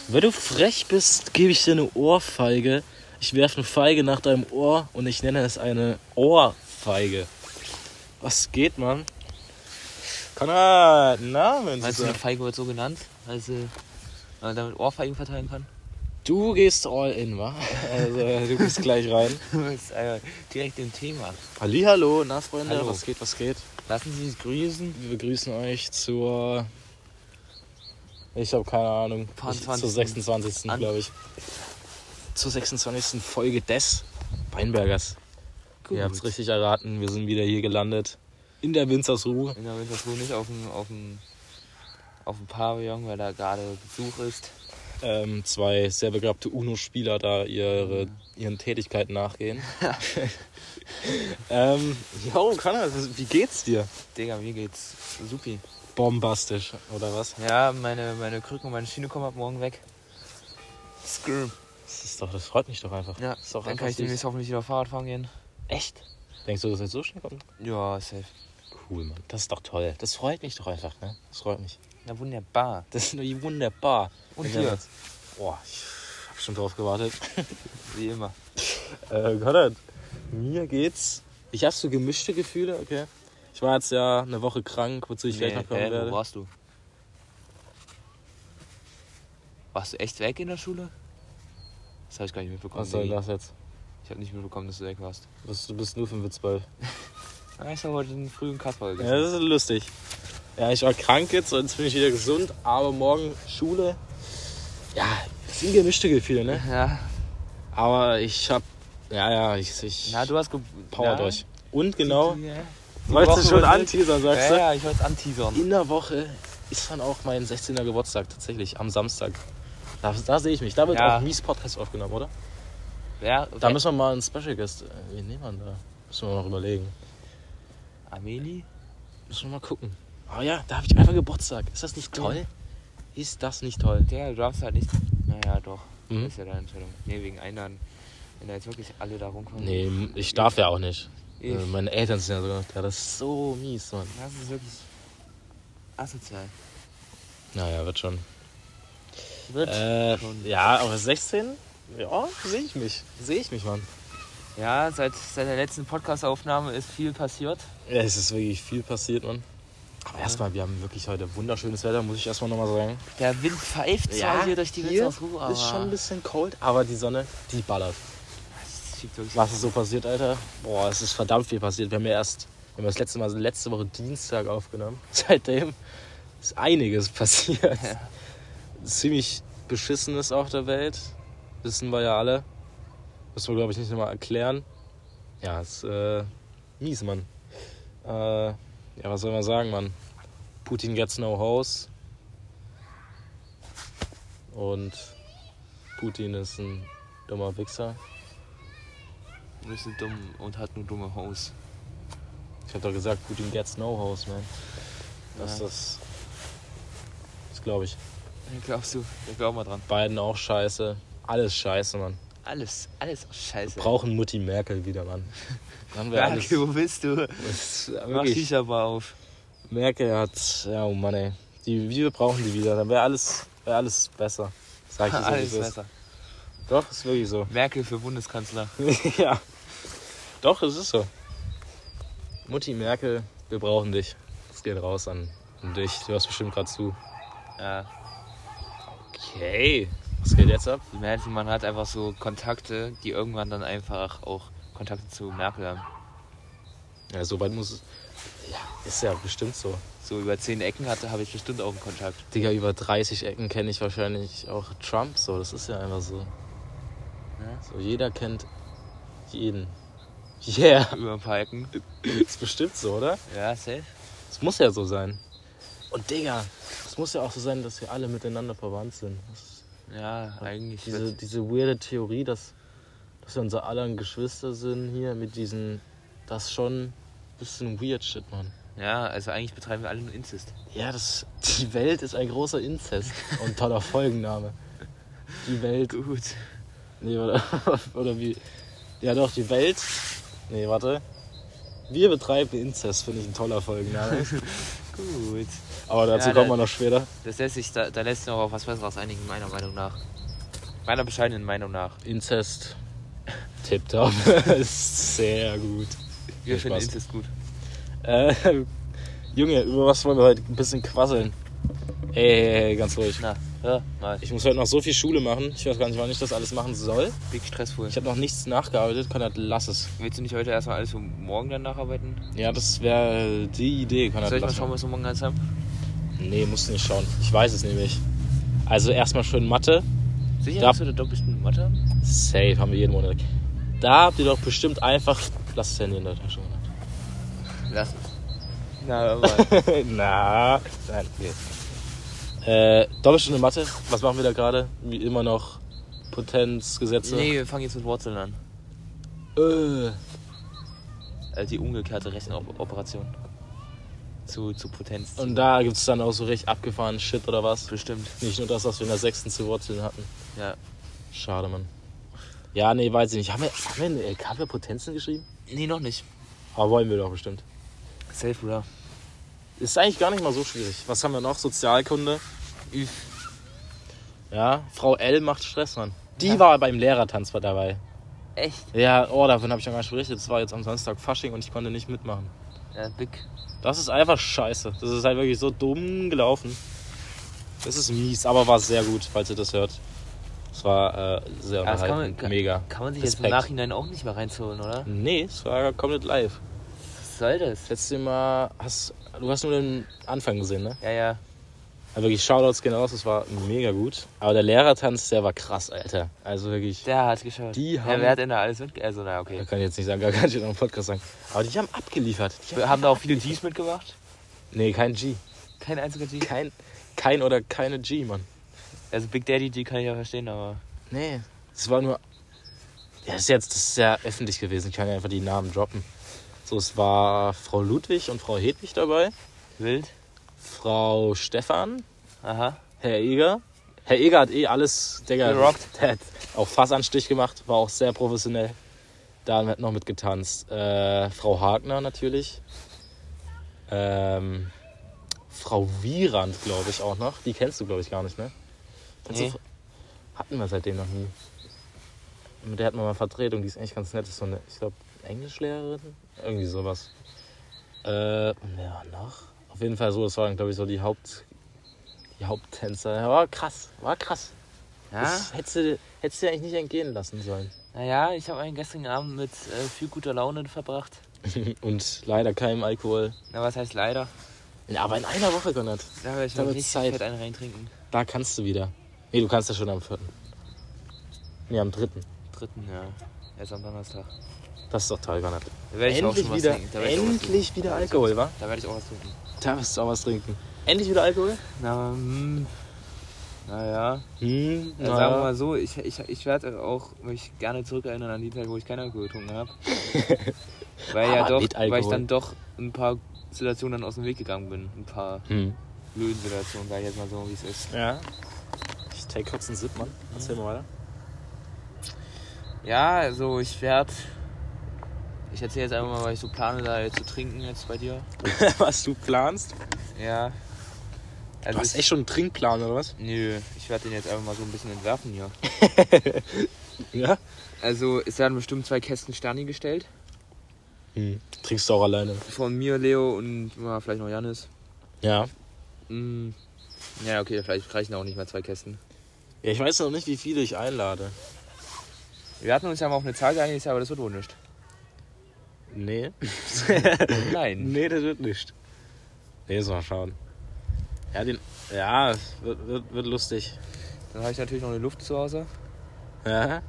Wenn du frech bist, gebe ich dir eine Ohrfeige. Ich werfe eine Feige nach deinem Ohr und ich nenne es eine Ohrfeige. Was geht, Mann? Konrad, Namen. Meinst du, eine Feige wird so genannt, weil man damit Ohrfeigen verteilen kann? Du gehst all in, wa? Also, du bist gleich rein. Du bist direkt im Thema. Hallihallo, na Freunde, Hallo. was geht? Lassen Sie uns grüßen. Wir begrüßen euch zur... Ich habe keine Ahnung. Zur 26. glaube ich. Zur 26. Folge des Weinbergers. Gut. Ihr habt es richtig erraten, wir sind wieder hier gelandet. In der Winzersruhe. In der Wintersruhe, nicht auf dem Pavillon, weil da gerade Besuch ist. Zwei sehr begabte UNO-Spieler da ihren Tätigkeiten nachgehen. Konrad, wie geht's dir? Digga, mir geht's supi. Bombastisch, oder was? Ja, meine Krücken und meine Schiene kommen ab morgen weg. Skrr. Das freut mich doch einfach. Ja, ist doch dann kann ich demnächst hoffentlich wieder Fahrrad fahren gehen. Echt? Denkst du, dass jetzt so schnell kommt? Ja, safe. Cool, Mann. Das ist doch toll. Das freut mich doch einfach, ne? Das freut mich. Na wunderbar. Das ist nur wunderbar. Und hier? Boah, ich hab schon drauf gewartet. Wie immer. Konrad, mir geht's... Ich habe so gemischte Gefühle, okay? Ich war jetzt ja eine Woche krank, wozu ich gleich noch kommen werde. Wo warst du? Warst du echt weg in der Schule? Das habe ich gar nicht mitbekommen. Was soll das jetzt? Ich habe nicht mitbekommen, dass du weg warst. Du bist nur 25. Ich habe heute einen frühen Kasperl gegessen. Ja, das ist lustig. Ja, ich war krank jetzt und jetzt bin ich wieder gesund, aber morgen Schule. Ja, das sind gemischte Gefühle, ne? Ja. Aber ich hab... ich Na, du hast power durch. Und genau... Ja. Wolltest du schon anteasern, sagst du? Ja, ich wollte es anteasern. In der Woche ist dann auch mein 16. Geburtstag, tatsächlich, am Samstag. Da sehe ich mich. Da wird auch ein mies Podcast aufgenommen, oder? Da müssen wir mal einen Special Guest... Wen nehmen wir da? Müssen wir noch überlegen. Amelie? Müssen wir mal gucken. Oh ja, da habe ich einfach Geburtstag. Ist das nicht toll? Ist das nicht toll? Ja, du darfst halt nicht... Naja, doch. Mhm. Das ist ja deine Entscheidung. Nee, wegen Einladen. Wenn da jetzt wirklich alle da rumkommen. Nee, ich darf ja auch nicht. Meine Eltern sind ja sogar... Ja, das ist so mies, Mann. Das ist wirklich asozial. Naja, wird schon. Schon. Ja, aber 16? Ja, sehe ich mich, Mann. Ja, seit der letzten Podcast-Aufnahme ist viel passiert. Ja, es ist wirklich viel passiert, Mann. Aber erstmal, wir haben wirklich heute wunderschönes Wetter, muss ich erstmal nochmal sagen. Der Wind pfeift zwar hier durch die Wintersruhe, aber... ist schon ein bisschen kalt, aber die Sonne, die ballert. Was ist so passiert, Alter? Boah, es ist verdammt viel passiert. Wir haben das letzte Mal letzte Woche Dienstag aufgenommen. Seitdem ist einiges passiert. Ja. Ziemlich Beschissenes auf der Welt. Wissen wir ja alle. Müssen wir, glaube ich, nicht nochmal erklären. Ja, ist mies, Mann. Was soll man sagen, Mann? Putin gets no house. Und Putin ist ein dummer Wichser. Du bist dumm und hat nur dumme Haus. Ich hab doch gesagt, Putin gets no house, man. Das glaube ich. Glaubst du? Ich glaub mal dran. Biden auch scheiße. Alles scheiße, Mann. Alles scheiße. Wir brauchen Mutti Merkel wieder, Mann. Merkel, wo bist du? Mach dich aber auf. Merkel hat... Ja, oh Mann, ey. Wir brauchen die wieder. Dann wäre alles besser. Sag ich so, alles besser. Doch, ist wirklich so. Merkel für Bundeskanzler. Ja. Doch, es ist so. Mutti Merkel, wir brauchen dich. Das geht raus an dich. Du hörst bestimmt gerade zu. Ja. Okay. Was geht jetzt ab? Man hat einfach so Kontakte, die irgendwann dann einfach auch Kontakte zu Merkel haben. Ja, so weit muss es... Ja, ist ja bestimmt so. So über 10 Ecken habe ich bestimmt auch einen Kontakt. Digga, über 30 Ecken kenne ich wahrscheinlich auch Trump. So, das ist ja einfach so. Ja? So, jeder kennt jeden. Yeah. Über ein paar Ecken. Ist bestimmt so, oder? Ja, safe. Es muss ja so sein. Und Digga, es muss ja auch so sein, dass wir alle miteinander verwandt sind. Ja, eigentlich. Diese weirde Theorie, dass wir unser aller Geschwister sind hier mit diesen... Das ist schon ein bisschen weird shit, Mann. Ja, also eigentlich betreiben wir alle nur Inzest. Ja, die Welt ist ein großer Inzest. Und toller Folgenname. Die Welt... Gut. Nee, oder wie... Ja doch, die Welt... Nee, warte. Wir betreiben Inzest, finde ich ein toller Folgenname. Gut. Aber dazu Ja, kommen wir noch später. Das lässt sich, da lässt sich noch auf was Besseres einigen, meiner Meinung nach. Meiner bescheidenen Meinung nach. Inzest. Tipptopp. Ist sehr gut. Wir Viel finden Spaß. Inzest gut. Junge, über was wollen wir heute ein bisschen quasseln? Ey, ganz ruhig. Na, hör mal. Ich muss heute noch so viel Schule machen. Ich weiß gar nicht, wann ich das alles machen soll. Big stressful. Ich habe noch nichts nachgearbeitet. Konrad, lass es. Willst du nicht heute erstmal alles für morgen dann nacharbeiten? Ja, das wäre die Idee. Konrad, Soll ich mal lass schauen, was wir morgen alles haben? Nee, musst du nicht schauen. Ich weiß es nämlich. Also erstmal schön Mathe. Sicher, Da- dass wir da doppelten Mathe haben? Safe haben wir jeden Monat. Da habt ihr doch bestimmt einfach... Lass das Handy in der Tasche. Lass es. Na, aber. Na, nein. Doppelstunde Mathe. Was machen wir da gerade? Wie immer noch Potenzgesetze. Nee, wir fangen jetzt mit Wurzeln an. Die umgekehrte Rechenoperation. Zu Potenz. Und da gibt es dann auch so recht abgefahrenen Shit oder was? Bestimmt. Nicht nur das, was wir in der 6. zu Wurzeln hatten. Ja. Schade, Mann. Ja, nee, weiß ich nicht. Haben wir eine LK für Potenzen geschrieben? Nee, noch nicht. Aber wollen wir doch bestimmt. Safe, Bruder. Ist eigentlich gar nicht mal so schwierig. Was haben wir noch? Sozialkunde. Ja, Frau L macht Stress, Mann. Die war beim Lehrertanz dabei. Echt? Ja, davon habe ich noch gar nicht berichtet. Das war jetzt am Samstag Fasching und ich konnte nicht mitmachen. Ja, big. Das ist einfach scheiße. Das ist halt wirklich so dumm gelaufen. Das ist mies, aber war sehr gut, falls ihr das hört. Es war sehr Ja, das unterhaltend. Mega. Kann man sich jetzt im Respekt. Nachhinein auch nicht mehr reinholen, oder? Nee, es war komplett live. Was soll das? Letztes Mal du hast nur den Anfang gesehen, ne? Ja. Aber wirklich Shoutouts gehen raus, das war mega gut. Aber der Lehrertanz, der war krass, Alter. Also wirklich, Der hat geschaut. Die Ja, haben- wer hat denn da alles mit? Also, na, da okay. kann ich jetzt nicht sagen, gar kann ich noch im Podcast sagen. Aber die haben abgeliefert. Wir haben da auch viele Gs mitgemacht. Nee, kein G. Kein einziger G. Kein oder keine G, Mann. Also Big Daddy G kann ich ja verstehen, aber. Nee, es war nur... Ja, das ist ja öffentlich gewesen. Ich kann ja einfach die Namen droppen. So, es war Frau Ludwig und Frau Hedwig dabei. Wild. Frau Stefan, Aha. Herr Eger. Herr Eger hat alles, Digga, Gerockt. der hat auch Fassanstich gemacht, war auch sehr professionell. Da hat noch mitgetanzt. Frau Hagner natürlich. Frau Wierand, glaube ich, auch noch. Die kennst du, glaube ich, gar nicht, ne? Kennst Nee. du? Hatten wir seitdem noch nie. Mit der hatten wir mal Vertretung, die ist eigentlich ganz nett. Ist so eine, ich glaube, Englischlehrerin? Irgendwie sowas. Ja, noch? Auf jeden Fall so, das waren, glaube ich, so die Haupttänzer. Ja, war krass. Ja? Das hättest du dir eigentlich nicht entgehen lassen sollen. Naja, ich habe einen gestrigen Abend mit viel guter Laune verbracht. Und leider keinem Alkohol. Na, was heißt leider? Ja, aber in einer Woche, Konrad. Da werde ich Da noch wird's richtig Zeit. fett einen reintrinken. Da kannst du wieder. Nee, du kannst ja schon am 4. Nee, am 3. Dritten, ja. Erst am Donnerstag. Das ist doch toll, Konrad. Da werde ich auch Endlich schon was wieder, trinken. Da werde ich auch was trinken. endlich wieder Alkohol, wa? Da werde ich auch was trinken. Da wirst du auch was trinken. Endlich wieder Alkohol? Naja. Sagen wir mal so, ich werde auch mich gerne zurückerinnern an die Zeit, wo ich keinen Alkohol getrunken habe. Aber mit Weil ich Alkohol. dann doch ein paar Situationen dann aus dem Weg gegangen bin. Ein paar blöden Situationen, sage ich jetzt mal so, wie es ist. Ja. Ich take kurz einen Sip, Mann. Erzähl mal weiter. Ja, also ich erzähle jetzt einfach mal, was ich so plane, da jetzt zu trinken jetzt bei dir. Was du planst? Ja. Du Also hast echt schon einen Trinkplan, oder was? Nö, ich werde den jetzt einfach mal so ein bisschen entwerfen hier. Ja. Also es werden bestimmt 2 Kästen Sterni gestellt. Trinkst du auch alleine? Von mir, Leo und vielleicht noch Janis. Ja. Ja, okay, vielleicht reichen auch nicht mehr 2 Kästen. Ja, ich weiß noch nicht, wie viele ich einlade. Wir hatten uns ja mal auf eine Zahl geeinigt, aber das wird wohl nicht. Nee. Nein. Nee, das wird nicht. Nee, so mal schauen. Ja, es wird lustig. Dann habe ich natürlich noch eine Luft zu Hause. Ja.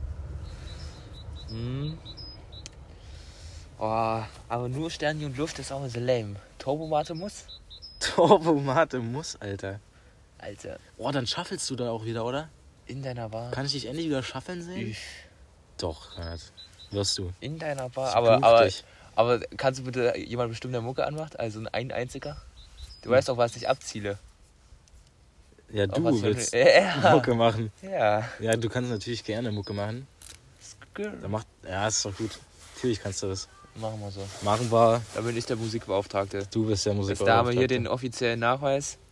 Oh, aber nur Sterni und Luft ist auch so lame. Turbomate muss? Turbomate muss, Alter. Alter, Oh, dann schaffelst du da auch wieder, oder? in deiner Bar. Kann ich dich endlich wieder schaffeln sehen? Doch, Konrad. Wirst du. In deiner Bar. Ich Aber, prüf aber, dich. aber kannst du bitte jemand bestimmt, der Mucke anmacht? Also ein einziger? Du weißt doch, was ich abziele. Ja, Auf du was für- willst Ja. Mucke machen. Ja. Ja, du kannst natürlich gerne Mucke machen. Ja, ist doch gut. Natürlich kannst du das. Machen wir so. Machen wir. Da bin ich der Musikbeauftragte. Du bist der Da haben wir Musikbeauftragte. hier den offiziellen Nachweis.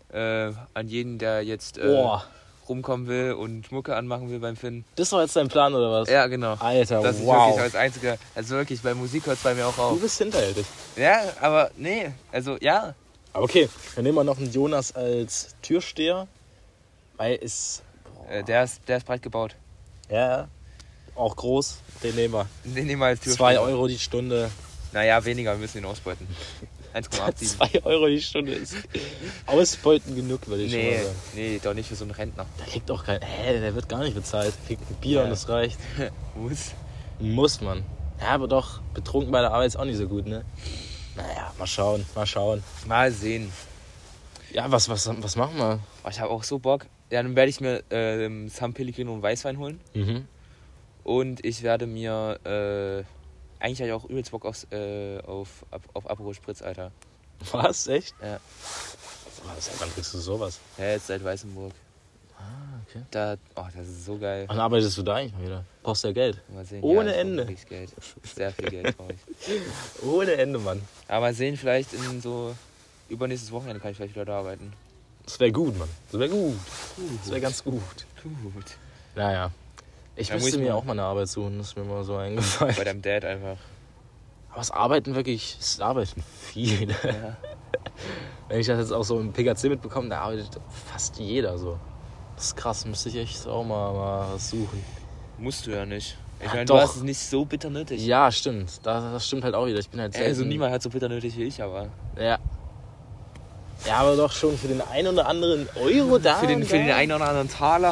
an jeden, der jetzt rumkommen will und Mucke anmachen will beim Finn. Das war jetzt dein Plan, oder was? Ja, genau. Alter, das ist wirklich als einziger, also wirklich, bei Musik hört es bei mir auch auf. Du bist hinterhältig. Ja, aber nee, also ja. Aber okay, dann nehmen wir noch einen Jonas als Türsteher, weil der ist breit gebaut. Ja, auch groß, den nehmen wir. Den nehmen wir als Türsteher. 2 Euro die Stunde. Naja, weniger, wir müssen ihn ausbeuten. 1,87. 2 Euro die Stunde ist ausbeuten genug, würde ich schon mal sagen. Nee, doch nicht für so einen Rentner. Der kriegt auch kein... der wird gar nicht bezahlt. Der kriegt ein Bier und das reicht. Muss man. Ja, aber doch, betrunken bei der Arbeit ist auch nicht so gut, ne? Naja, mal schauen. Mal sehen. Ja, was machen wir? Oh, ich habe auch so Bock. Ja, dann werde ich mir San Pellegrino und Weißwein holen. Mhm. Und ich werde mir... eigentlich habe ich auch übelst Bock auf Aperol Spritz, Alter. Was? Echt? Ja. Seit wann kriegst du sowas? Ja, jetzt seit Weißenburg. Okay. Das ist so geil. Wann arbeitest du da eigentlich mal wieder? Brauchst du ja Geld? Mal sehen. Ohne ja, Ende. Geld. Sehr viel Geld brauche ich. Ohne Ende, Mann. Aber mal sehen, vielleicht in so übernächstes Wochenende kann ich vielleicht wieder da arbeiten. Das wäre gut, Mann. Das wäre gut. Das wäre ganz gut. Gut. Naja. Ich müsste mir auch mal eine Arbeit suchen. Das ist mir mal so eingefallen. Bei deinem Dad einfach. Aber es arbeiten viele. Ja. Wenn ich das jetzt auch so im PKC mitbekomme, da arbeitet fast jeder so. Das ist krass, müsste ich echt auch mal was suchen. Musst du ja nicht. Ich Ja, meine, doch. du hast es nicht so bitter nötig. Ja, stimmt. Das stimmt halt auch wieder. Ich bin halt Also niemand hat so bitter nötig wie ich, aber... Ja. Ja, aber doch schon für den einen oder anderen Euro da. Für den einen oder anderen Taler.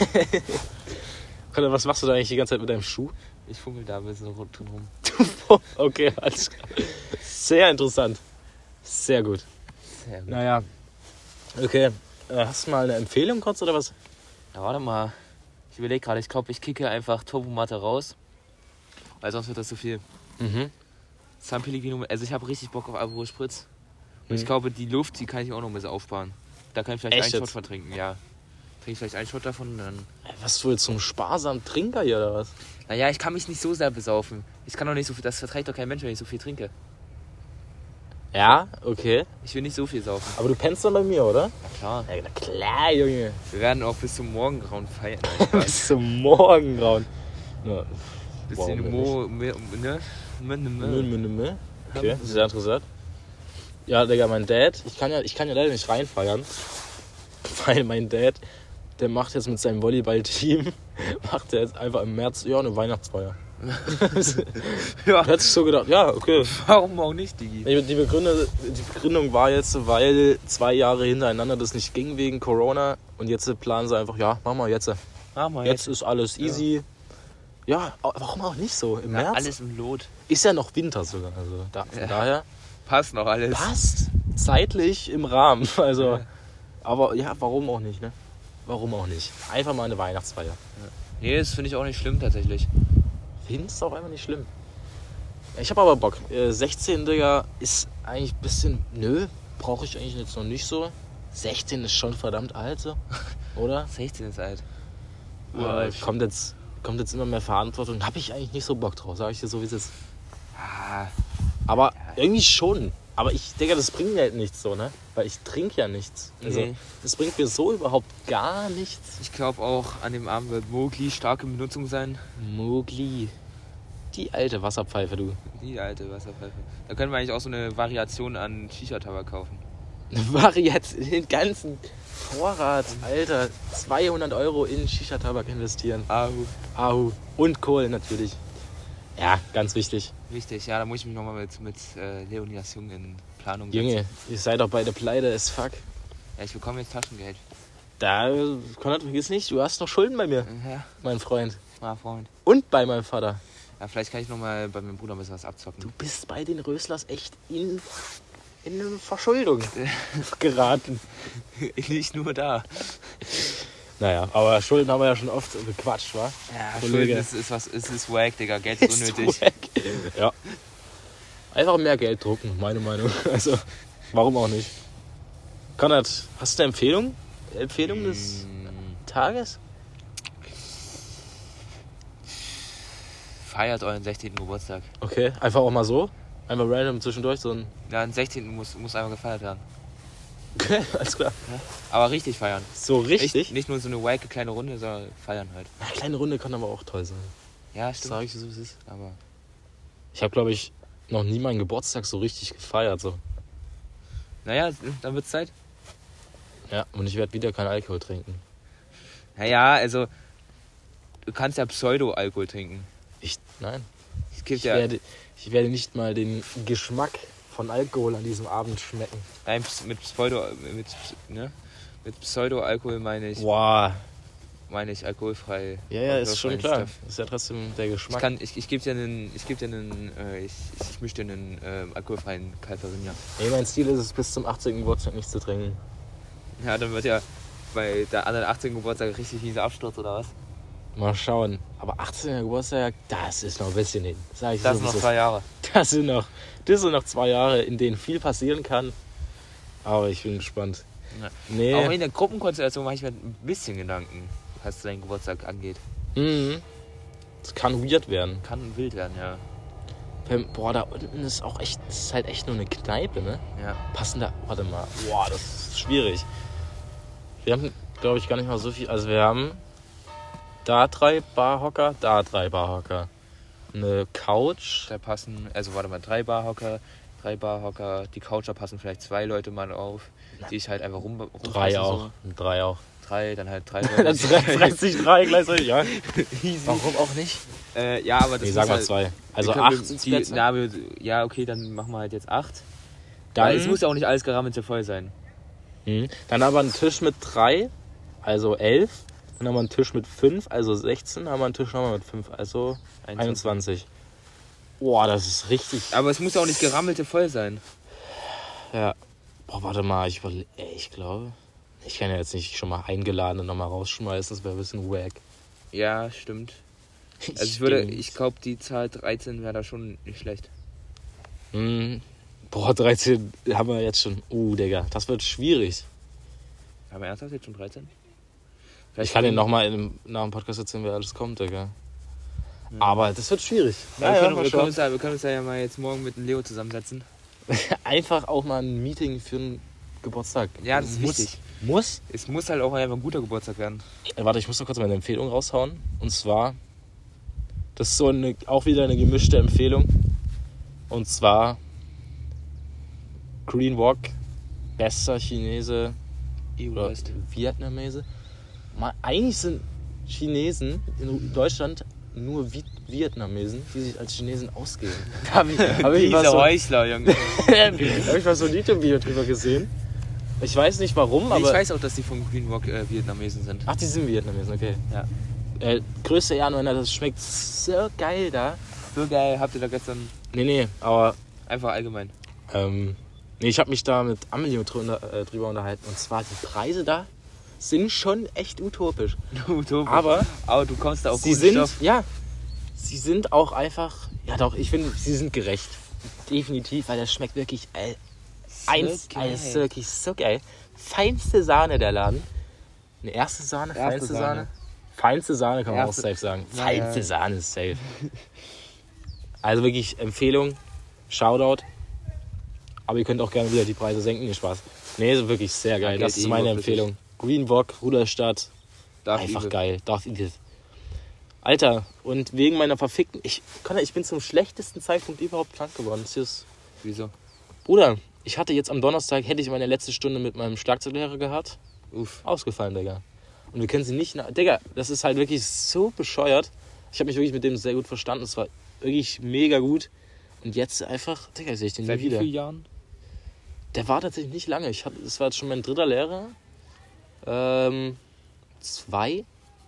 Was machst du da eigentlich die ganze Zeit mit deinem Schuh? Ich fummel da ein bisschen drin rum. Okay, alles klar. Sehr interessant. Sehr gut. Sehr gut. Naja. Okay. Hast du mal eine Empfehlung kurz oder was? Ja, warte mal. Ich überlege gerade, ich glaube, ich kicke einfach Turbomatte raus. Weil sonst wird das zu viel. Mhm. San Pellegrino, also ich habe richtig Bock auf Aperol Spritz. Und ich glaube, die Luft, die kann ich auch noch ein bisschen aufsparen. Da kann ich vielleicht einen Shot vertrinken, ja. Trinke ich vielleicht einen Shot davon und dann... Was du jetzt so ein sparsamer Trinker hier oder was? Naja, ich kann mich nicht so sehr besaufen. Ich kann doch nicht so viel, das verträgt doch kein Mensch, wenn ich so viel trinke. Ja, okay. Ich will nicht so viel saufen. Aber du pennst dann bei mir, oder? Na klar. Ja, na klar, Junge. Wir werden auch bis zum Morgengrauen feiern. Bis zum Morgengrauen. Ja. Bisschen Okay, sehr interessant. Ja, Digga, mein Dad, ich kann ja leider nicht reinfeiern, weil mein Dad, der macht jetzt mit seinem Volleyball-Team, macht er jetzt einfach im März, eine Weihnachtsfeier. Ja. Hat sich so gedacht, ja, okay. Warum auch nicht, Digi? Die Begründung war jetzt, weil 2 Jahre hintereinander das nicht ging wegen Corona und jetzt planen sie einfach, ja, machen wir jetzt. Jetzt ist alles easy. Ja, warum auch nicht so? Im März alles im Lot. ist ja noch Winter sogar. Also von daher passt noch alles. Passt zeitlich im Rahmen. Also, aber ja, warum auch nicht, ne? Warum auch nicht? Einfach mal eine Weihnachtsfeier. Nee, das finde ich auch nicht schlimm tatsächlich. Findest du auch einfach nicht schlimm. Ich habe aber Bock. 16, Digga, ist eigentlich ein bisschen... Nö, brauche ich eigentlich jetzt noch nicht so. 16 ist schon verdammt alt, so. Oder? 16 ist alt. Kommt jetzt immer mehr Verantwortung. Habe ich eigentlich nicht so Bock drauf, sage ich dir so, wie es ist. Aber irgendwie schon. Aber Digga, das bringt mir halt nichts so, ne? Weil ich trinke ja nichts. Also, das bringt mir so überhaupt gar nichts. Ich glaube auch, an dem Abend wird Mowgli stark in Benutzung sein. Mowgli. Die alte Wasserpfeife, du. Die alte Wasserpfeife. Da können wir eigentlich auch so eine Variation an Shisha-Tabak kaufen. Eine Variation, den ganzen Vorrat, Alter. 200 € in Shisha-Tabak investieren. Ahu. Und Kohle natürlich. Ja, ganz wichtig. Wichtig, ja, da muss ich mich nochmal mit Leonidas Jung in Planung setzen. Junge, ihr seid doch beide pleite as fuck. Ja, ich bekomme jetzt Taschengeld. Da, Konrad, vergiss nicht, du hast noch Schulden bei mir, mein Freund. Freund. Und bei meinem Vater. Ja, vielleicht kann ich nochmal bei meinem Bruder ein bisschen was abzocken. Du bist bei den Röslers echt in eine Verschuldung geraten. Nicht nur da. Naja, aber Schulden haben wir ja schon oft gequatscht, wa? Ja, Schulden ist wack, Digga. Geld ist unnötig. Ja. Einfach mehr Geld drucken, meine Meinung. Also, warum auch nicht? Konrad, hast du eine Empfehlung? Empfehlung des Tages? Feiert euren 16. Geburtstag. Okay, einfach auch mal so? Einfach random zwischendurch so ein... Ja, den 16. muss einfach gefeiert werden. Okay, alles klar. Ja. Aber richtig feiern. So richtig? Nicht nur so eine wacke kleine Runde, sondern feiern halt. Eine kleine Runde kann aber auch toll sein. Ja, stimmt. Sag ich so, wie es ist. Aber ich habe, glaube ich, noch nie meinen Geburtstag so richtig gefeiert. So. Naja, dann wird's Zeit. Ja, und ich werde wieder keinen Alkohol trinken. Naja, also du kannst ja Pseudo-Alkohol trinken. Nein. Ich werde nicht mal den Geschmack von Alkohol an diesem Abend schmecken. Nein, mit Pseudo-Alkohol meine ich. Wow. Meine ich alkoholfrei. Ja, ist schon klar. Das ist ja trotzdem der Geschmack. Ich mische dir einen alkoholfreien Caipirinha. Nee, mein Ziel ist es, bis zum 18. Geburtstag nichts zu trinken. Ja, dann wird ja bei der anderen 18. Geburtstag richtig mieser Absturz, oder was? Mal schauen. Aber 18. Geburtstag, das ist noch ein bisschen hin. Das sind noch 2 Jahre. Das sind noch 2 Jahre, in denen viel passieren kann. Aber ich bin gespannt. Ja. Nee. Auch in der Gruppenkonstellation mache ich mir ein bisschen Gedanken, was dein Geburtstag angeht. Mhm. Das kann weird werden. Kann wild werden, ja. Boah, da unten ist auch echt, das ist halt echt nur eine Kneipe, ne? Ja. Passen da, warte mal. Boah, das ist schwierig. Wir haben, glaube ich, gar nicht mal so viel. Also wir haben da 3 Barhocker, da 3 Barhocker. Eine Couch. Da passen, also warte mal, 3 Barhocker, die Couch, da passen vielleicht 2 Leute mal auf, die ich halt einfach rum 3 auch. So. 3 auch. 3, dann halt 3 Leute. Dann 30, 3 gleichzeitig, ja. Easy. Warum auch nicht? Ja, aber das ist sag mal halt, 2. Also 8 sind Plätze. Ja, okay, dann machen wir halt jetzt 8. Dann, weil es muss ja auch nicht alles gerammelte voll sein. Dann aber ein Tisch mit 3, also 11. Dann haben wir einen Tisch mit 5, also 16. Dann haben wir einen Tisch nochmal mit 5, also 21. Boah, das ist richtig. Aber es muss ja auch nicht gerammelte voll sein. Ja. Boah, warte mal, ich glaube, ich kann ja jetzt nicht schon mal eingeladen und nochmal rausschmeißen, das wäre ein bisschen wack. Ja, stimmt. Also ich glaube, die Zahl 13 wäre da schon nicht schlecht. Boah, 13 haben wir jetzt schon. Digga, das wird schwierig. Haben wir ernsthaft jetzt schon 13? Ich kann dir nochmal nach dem Podcast erzählen, wer alles kommt, Digga. Ja. Aber das wird schwierig. Wir können uns ja mal jetzt morgen mit dem Leo zusammensetzen. Einfach auch mal ein Meeting für einen Geburtstag. Ja, das ist wichtig. Muss? Es muss halt auch einfach ein guter Geburtstag werden. Warte, ich muss noch kurz meine Empfehlung raushauen. Und zwar, das ist so auch wieder eine gemischte Empfehlung. Und zwar Green Wok, bester Chinese oder Vietnamese. Eigentlich sind Chinesen in Deutschland nur Vietnamesen, die sich als Chinesen ausgeben. Hab ich Heuchler, Junge. Habe ich mal so ein YouTube-Video drüber gesehen. Ich weiß nicht warum, aber... Ich weiß auch, dass die von Green Wok Vietnamesen sind. Ach, die sind Vietnamesen, okay. Ja. Größte Ehrenmänner, das schmeckt so geil da. So geil, habt ihr da gestern... Nee, aber... Einfach allgemein. Ich habe mich da mit Amelio drüber unterhalten. Und zwar, die Preise da sind schon echt utopisch. Aber du kommst da auch gut Stoff. Ja, sie sind auch einfach... Ja doch, ich finde, sie sind gerecht. Definitiv, weil das schmeckt wirklich... ist wirklich so geil. Feinste Sahne der Laden. Eine erste Sahne, feinste Sahne. Feinste Sahne kann man auch safe sagen. Feinste Sahne ist safe. Also wirklich Empfehlung, Shoutout. Aber ihr könnt auch gerne wieder die Preise senken, nicht Spaß. Nee, ist wirklich sehr geil. Das ist meine Empfehlung. Green Wok, Rudolstadt. Einfach geil. Darth Edith. Alter, und wegen meiner verfickten... Ich bin zum schlechtesten Zeitpunkt überhaupt krank geworden. Wieso? Bruder, ich hatte jetzt am Donnerstag, hätte ich meine letzte Stunde mit meinem Schlagzeuglehrer gehabt. Ausgefallen, Digga. Und wir können sie nicht... Digga, das ist halt wirklich so bescheuert. Ich habe mich wirklich mit dem sehr gut verstanden. Es war wirklich mega gut. Und jetzt einfach... Digga, sehe ich den nie wieder. Seit wie vielen Jahren? Der war tatsächlich nicht lange. Das war jetzt schon mein 3. Lehrer. 2,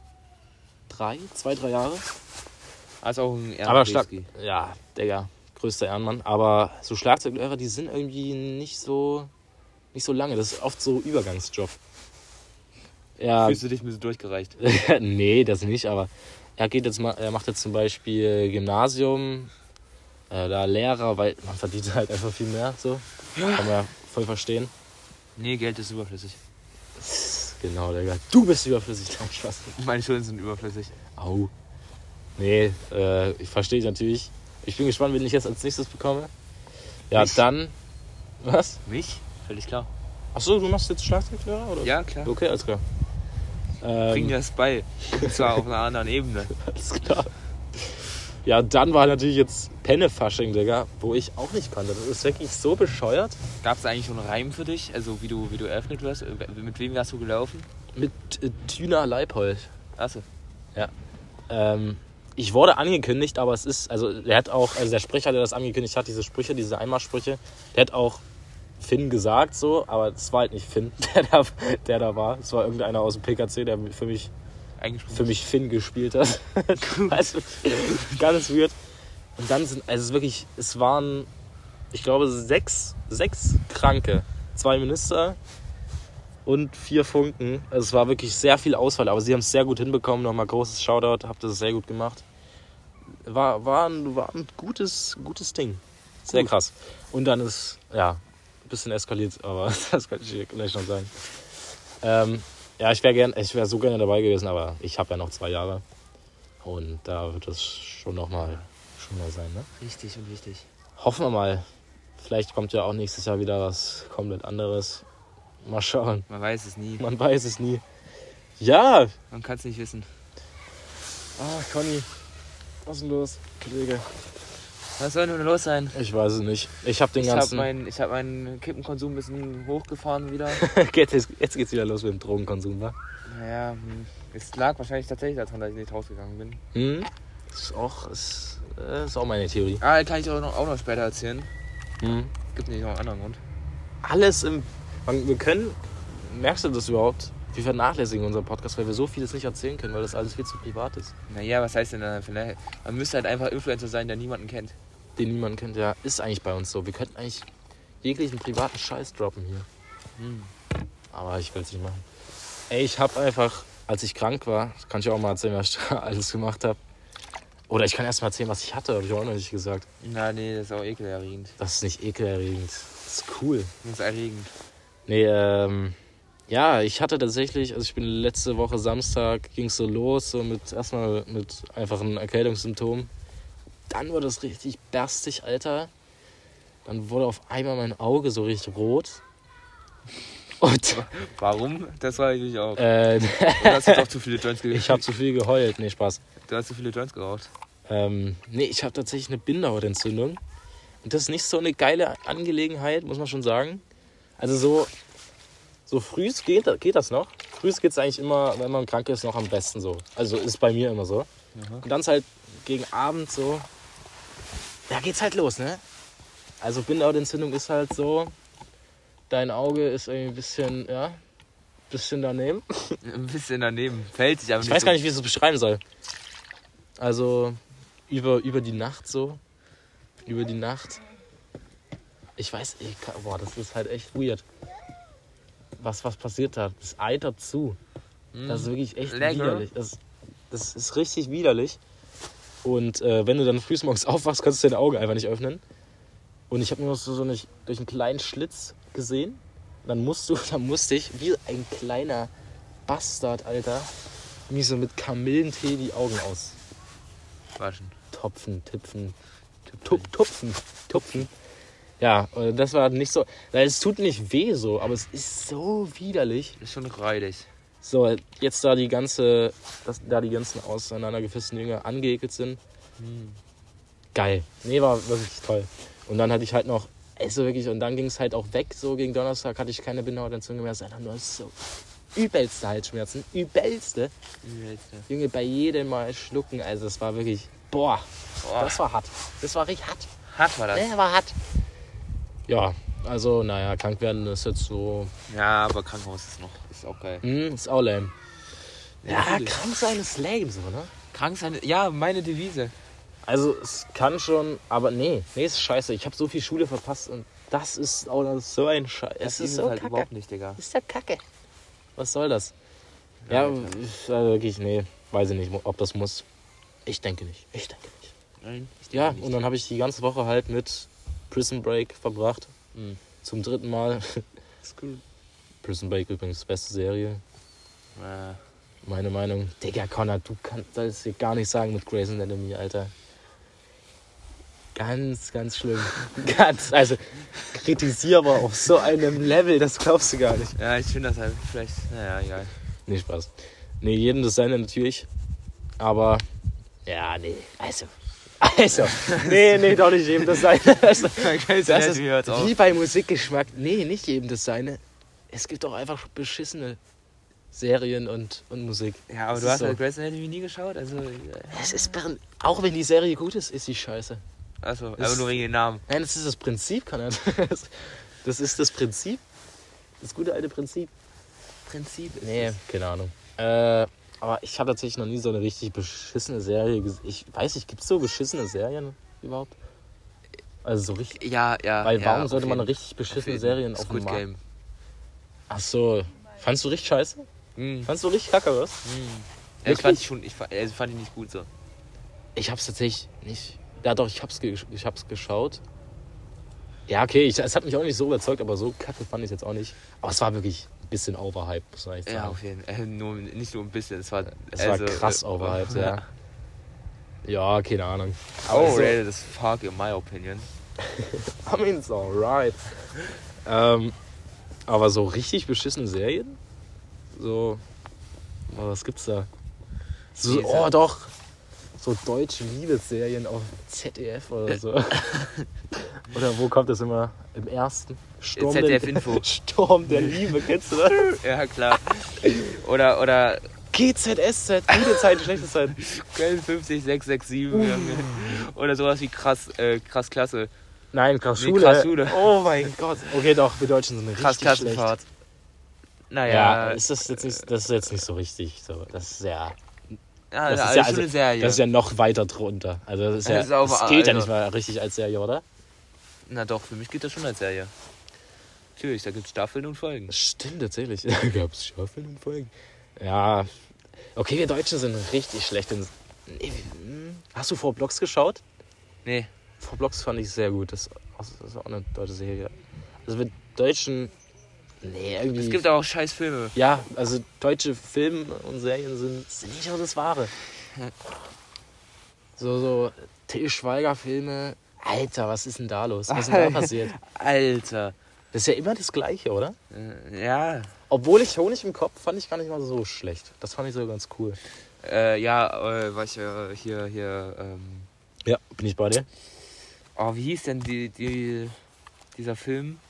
3 Jahre. Also auch ein Ehrenmann. Ja, Digga, größter Ehrenmann. Aber so Schlagzeuglehrer, die sind irgendwie nicht so lange. Das ist oft so Übergangsjob. Ja. Fühlst du dich ein bisschen durchgereicht? Nee, das nicht, aber er macht jetzt zum Beispiel Gymnasium, da Lehrer, weil man verdient halt einfach viel mehr, so. Kann man ja voll verstehen. Nee, Geld ist überflüssig. Genau, Digga. Du bist überflüssig, nein, Spaß. Meine Schulden sind überflüssig. Au. Nee, ich verstehe natürlich. Ich bin gespannt, wen ich jetzt als nächstes bekomme. Ja, Mich? dann... Was? Mich? Völlig klar. Achso, du machst jetzt Schlagzeuglehrer, oder? Ja, klar. Okay, alles klar. Bring dir das bei. Und zwar auf einer anderen Ebene. Alles klar. Ja, dann war natürlich jetzt Pennefasching, Digga, wo ich auch nicht kannte. Das ist wirklich so bescheuert. Gab es eigentlich schon einen Reim für dich? Also wie du eröffnet wirst? Mit wem warst du gelaufen? Mit Tüner Leipold. Achso. Ja. Ich wurde angekündigt, aber es ist, also der hat auch, also der Sprecher, der das angekündigt hat, diese Sprüche, diese Einmalsprüche, der hat auch Finn gesagt so, aber es war halt nicht Finn, der da war. Es war irgendeiner aus dem PKC, der für mich Finn gespielt hat. Also, ganz weird. Und dann es waren, ich glaube, sechs Kranke, 2 Minister und 4 Funken. Also es war wirklich sehr viel Auswahl, aber sie haben es sehr gut hinbekommen. Nochmal großes Shoutout, habt ihr das sehr gut gemacht. War ein gutes Ding. Sehr krass. Und dann ist, ja, ein bisschen eskaliert, aber das kann ich gleich noch sagen. Ja, ich wäre so gerne dabei gewesen, aber ich habe ja noch 2 Jahre. Und da wird das schon mal sein, ne? Richtig und wichtig. Hoffen wir mal. Vielleicht kommt ja auch nächstes Jahr wieder was komplett anderes. Mal schauen. Man weiß es nie. Ja! Man kann es nicht wissen. Ah, Conny. Was ist denn los, Kollege? Was soll denn los sein? Ich weiß es nicht. Ich habe meinen Kippenkonsum ein bisschen hochgefahren wieder. Jetzt geht's wieder los mit dem Drogenkonsum, wa? Naja, es lag wahrscheinlich tatsächlich daran, dass ich nicht rausgegangen bin. Ist auch meine Theorie. Ah, kann ich auch noch später erzählen. Gibt nicht noch einen anderen Grund. Alles merkst du das überhaupt? Wir vernachlässigen unseren Podcast, weil wir so vieles nicht erzählen können, weil das alles viel zu privat ist. Naja, was heißt denn dann? Man müsste halt einfach Influencer sein, der niemanden kennt. Den niemand kennt, ja. Ist eigentlich bei uns so. Wir könnten eigentlich jeglichen privaten Scheiß droppen hier. Aber ich will es nicht machen. Ey, ich habe einfach, als ich krank war, kann ich auch mal erzählen, was ich alles gemacht habe. Oder ich kann erst mal erzählen, was ich hatte, habe ich auch noch nicht gesagt. Na, nee, das ist auch ekelerregend. Das ist nicht ekelerregend. Das ist cool. Das ist erregend. Nee, ja, ich hatte tatsächlich, also ich bin letzte Woche Samstag, ging es so los, so erstmal mit einfachen Erkältungssymptomen. Dann wurde es richtig berstig, Alter. Dann wurde auf einmal mein Auge so richtig rot. Und warum? Das war ich auch. Du hast jetzt auch zu viele Joints geraucht. Ich habe zu viel geheult. Nee, Spaß. Du hast zu viele Joints geraucht. Nee, ich habe tatsächlich eine Bindehautentzündung. Und das ist nicht so eine geile Angelegenheit, muss man schon sagen. Also so früh geht das noch. Früh geht es eigentlich immer, wenn man krank ist, noch am besten so. Also ist bei mir immer so. Und dann ist halt gegen Abend so, da geht's halt los, ne? Also Bindehautentzündung ist halt so, dein Auge ist irgendwie ein bisschen daneben. Ein bisschen daneben, fällt sich aber nicht. Ich weiß gar nicht, wie ich es beschreiben soll. Also über die Nacht so. Über die Nacht. Ich weiß, das ist halt echt weird. Was passiert da? Das eitert zu. Das ist wirklich echt widerlich. Das ist richtig widerlich. Und wenn du dann frühmorgens aufwachst, kannst du dein Auge einfach nicht öffnen. Und ich habe nur so durch einen kleinen Schlitz gesehen. Dann musste ich, wie ein kleiner Bastard, Alter, mir so mit Kamillentee die Augen waschen. Tupfen. Ja, das war nicht so, weil es tut nicht weh so, aber es ist so widerlich. Ist schon räudig. So, jetzt da die ganzen auseinandergefissten Jünger angeekelt sind. Geil. Nee, war wirklich toll. Und dann hatte ich halt noch, und dann ging es halt auch weg, so gegen Donnerstag hatte ich keine Bindehautentzündung mehr, sondern nur so übelste Halsschmerzen, übelste. Junge, bei jedem Mal schlucken, also das war wirklich, das war hart. Das war richtig hart. Hart war das? Nee, war hart. Ja, also, naja, krank werden ist jetzt so... Ja, aber Krankenhaus ist auch geil. Ist auch lame. Ja, krank sein ist lame so, ne? Krank sein, ja, meine Devise. Also, es kann schon, aber nee, ist scheiße. Ich habe so viel Schule verpasst und das ist auch so ein Scheiß. Es ist so halt kacke. Überhaupt nicht, Digga. Ist ja kacke. Was soll das? Ja, wirklich, nee, weiß ich nicht, ob das muss. Ich denke nicht. Nein, ja, nicht. Und dann habe ich die ganze Woche halt mit Prison Break verbracht. Zum 3. Mal. Ist cool. Prison Break übrigens beste Serie. Meine Meinung. Digga, Connor, du sollst dir gar nicht sagen mit Grey's Anatomy, Alter. Ganz, ganz schlimm. Also kritisierbar auf so einem Level, das glaubst du gar nicht. Ja, ich finde das halt vielleicht, naja, egal. Nee, Spaß. Nee, jedem das seine natürlich. Aber, ja, nee, also, nee, doch nicht jedem das seine. Das ist wie bei Musikgeschmack. Nee, nicht jedem das seine. Es gibt auch einfach beschissene Serien und Musik. Ja, aber du hast halt Grey's Anatomy nie geschaut? Also, es ist, auch wenn die Serie gut ist, ist sie scheiße. Achso, aber nur wegen den Namen. Nein, das ist das Prinzip, Konrad. Das ist das Prinzip. Das gute alte Prinzip. Nee, keine Ahnung. Aber ich habe tatsächlich noch nie so eine richtig beschissene Serie gesehen. Ich weiß nicht, gibt es so beschissene Serien überhaupt? Also so richtig. Ja. Weil warum sollte man eine richtig beschissene Serie auf dem Markt? Game. Ach so. Fandst du richtig scheiße? Fandst du richtig kacke, was? Ja, ich fand die nicht gut so. Ich hab's tatsächlich nicht. Ja doch, ich hab's geschaut. Ja, okay, es hat mich auch nicht so überzeugt, aber so kacke fand ich es jetzt auch nicht. Aber es war wirklich ein bisschen overhyped, muss man echt sagen. Ja, auf jeden Fall. Nicht nur ein bisschen, es war krass overhyped, ja. Ja, keine Ahnung. Overrated as fuck, in my opinion. I mean, it's alright. Aber so richtig beschissene Serien? So, was gibt's da? So, doch. So deutsche Liebesserien auf ZDF oder so. Oder wo kommt das immer? Im ersten? ZDF-Info. Sturm der Liebe, kennst du das? Ja, klar. Oder GZSZ, gute Zeit, schlechte Zeit. Köln 50667. Oder sowas wie krass klasse. Nein, krass Schule. Krass Schule. Oh mein Gott. Okay, doch, wir Deutschen sind krass richtig schlecht. Klassenfahrt. Naja. Ja, das ist jetzt nicht so richtig. So. Das ist ja... Ja, das ist ja schon eine Serie. Das ist ja noch weiter drunter. Also das geht ja nicht mal richtig als Serie, oder? Na doch, für mich geht das schon als Serie. Natürlich, da gibt es Staffeln und Folgen. Stimmt, tatsächlich. Da gab es Staffeln und Folgen. Ja, okay, wir Deutschen sind richtig schlecht. Hast du 4 Blocks geschaut? Nee. 4 Blocks fand ich sehr gut. Das ist auch eine deutsche Serie. Also wir Deutschen... Nee, irgendwie... Es gibt auch scheiß Filme. Ja, also deutsche Filme und Serien sind nicht so das Wahre. So Til Schweiger-Filme. Alter, was ist denn da los? Was ist denn da passiert? Alter. Das ist ja immer das Gleiche, oder? Ja. Obwohl ich Honig im Kopf fand ich gar nicht mal so schlecht. Das fand ich so ganz cool. War ich hier... Ja, bin ich bei dir. Oh, wie hieß denn dieser Film?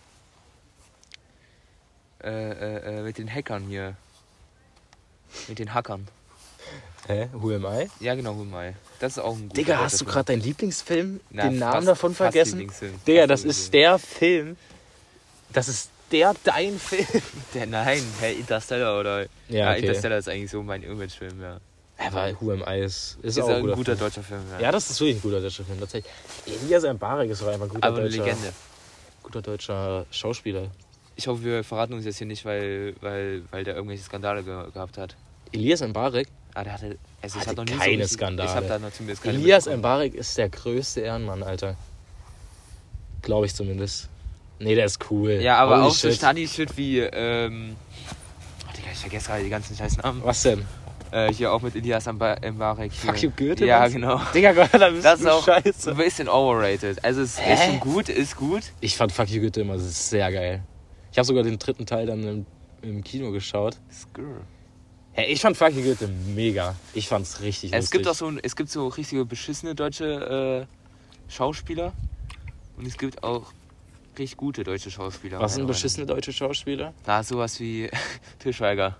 Mit den Hackern hier. Mit den Hackern. Hä? Who am I? Ja, genau, Who am I. Das ist auch ein guter Digga, hast du gerade deinen Lieblingsfilm, den Namen fast, davon vergessen? Digga, das ist der Film. Das ist dein Film. Nein, Interstellar oder... Ja, okay. Interstellar ist eigentlich so mein Imagefilm, ja. Aber Who am I ist auch ein guter deutscher Film, ja. Ja, das ist wirklich ein guter deutscher Film, tatsächlich. Elias Mbarek ist doch einfach ein guter Legende. Guter deutscher Schauspieler. Ich hoffe, wir verraten uns jetzt hier nicht, weil der irgendwelche Skandale gehabt hat. Elias Mbarek? Der hatte noch nie keine so Skandale. Ich habe da noch zumindest keine Elias Mbarek ist der größte Ehrenmann, Alter. Glaube ich zumindest. Nee, der ist cool. Ja, aber auch so Stani-Shit wie, Digga, ich vergesse gerade die ganzen scheiß Namen. Was denn? Hier auch mit Elias Mbarek. Fuck you Goethe? Ja, was? Genau. Digga, Gott, da bist das du auch scheiße. ein bisschen overrated. Also es ist schon gut, ist gut. Ich fand Fuck you Goethe immer sehr geil. Ich habe sogar den 3. Teil dann im Kino geschaut. Hey, ich fand Fuck you Goethe mega. Ich fand's richtig lustig. Es gibt so richtige beschissene deutsche Schauspieler. Und es gibt auch richtig gute deutsche Schauspieler. Was sind beschissene deutsche Schauspieler? Na, sowas wie Til Schweiger.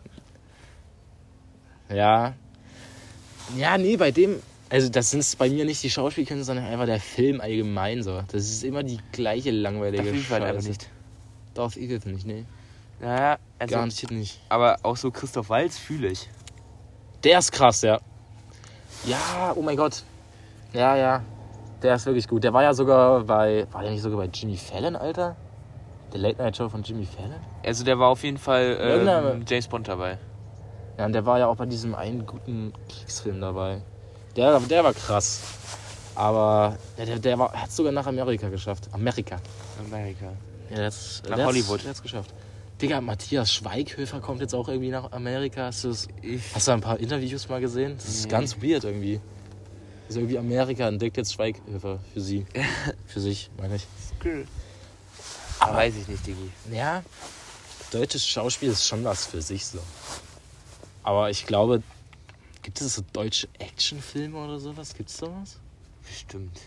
Ja. Ja, nee, bei dem... Also das sind bei mir nicht die Schauspielkünste, sondern einfach der Film allgemein so. Das ist immer die gleiche langweilige Scheiße. Halt einfach nicht. Darth Vader nicht, nee. Naja, also... Garantiert nicht. Aber auch so Christoph Waltz fühle ich. Der ist krass, ja. Ja, oh mein Gott. Ja. Der ist wirklich gut. Der war ja sogar bei... War der nicht sogar bei Jimmy Fallon, Alter? Der Late-Night-Show von Jimmy Fallon? Also der war auf jeden Fall James Bond dabei. Ja, und der war ja auch bei diesem einen guten Kriegsfilm dabei. Der war krass. Aber der hat es sogar nach Amerika geschafft. Amerika. Ja, nach Hollywood. Der hat es geschafft. Digga, Matthias Schweighöfer kommt jetzt auch irgendwie nach Amerika. Hast du ein paar Interviews mal gesehen? Das ist ganz weird irgendwie. Also irgendwie Amerika entdeckt jetzt Schweighöfer für sie. Für sich, meine ich. Cool. Aber weiß ich nicht, Digi. Ja, deutsches Schauspiel ist schon was für sich so. Aber ich glaube, gibt es so deutsche Actionfilme oder sowas? Gibt es sowas? Bestimmt.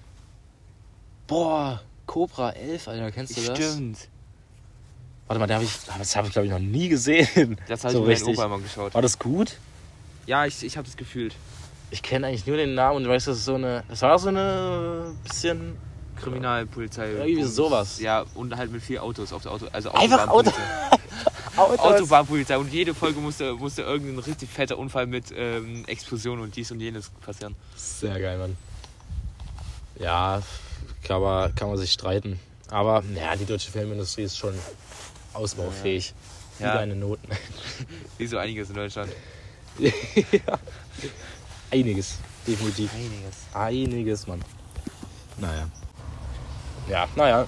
Boah, Cobra 11, Alter, kennst du das? Stimmt. Warte mal, das habe ich glaube ich noch nie gesehen. Das habe so ich mit meinem Opa mal geschaut. War das gut? Ja, ich habe das gefühlt. Ich kenne eigentlich nur den Namen und weiß, das war so eine bisschen Kriminalpolizei. Irgendwie sowas. Ja, und halt mit 4 Autos auf der Einfach Autobahnpolizei. Und jede Folge musste irgendein richtig fetter Unfall mit Explosion und dies und jenes passieren. Sehr geil, Mann. Ja, kann man sich streiten. Aber ja, die deutsche Filmindustrie ist schon ausbaufähig. Wie deine Noten. Wie so einiges in Deutschland. Ja. Einiges, definitiv. Einiges, Mann. Naja. Ja, naja.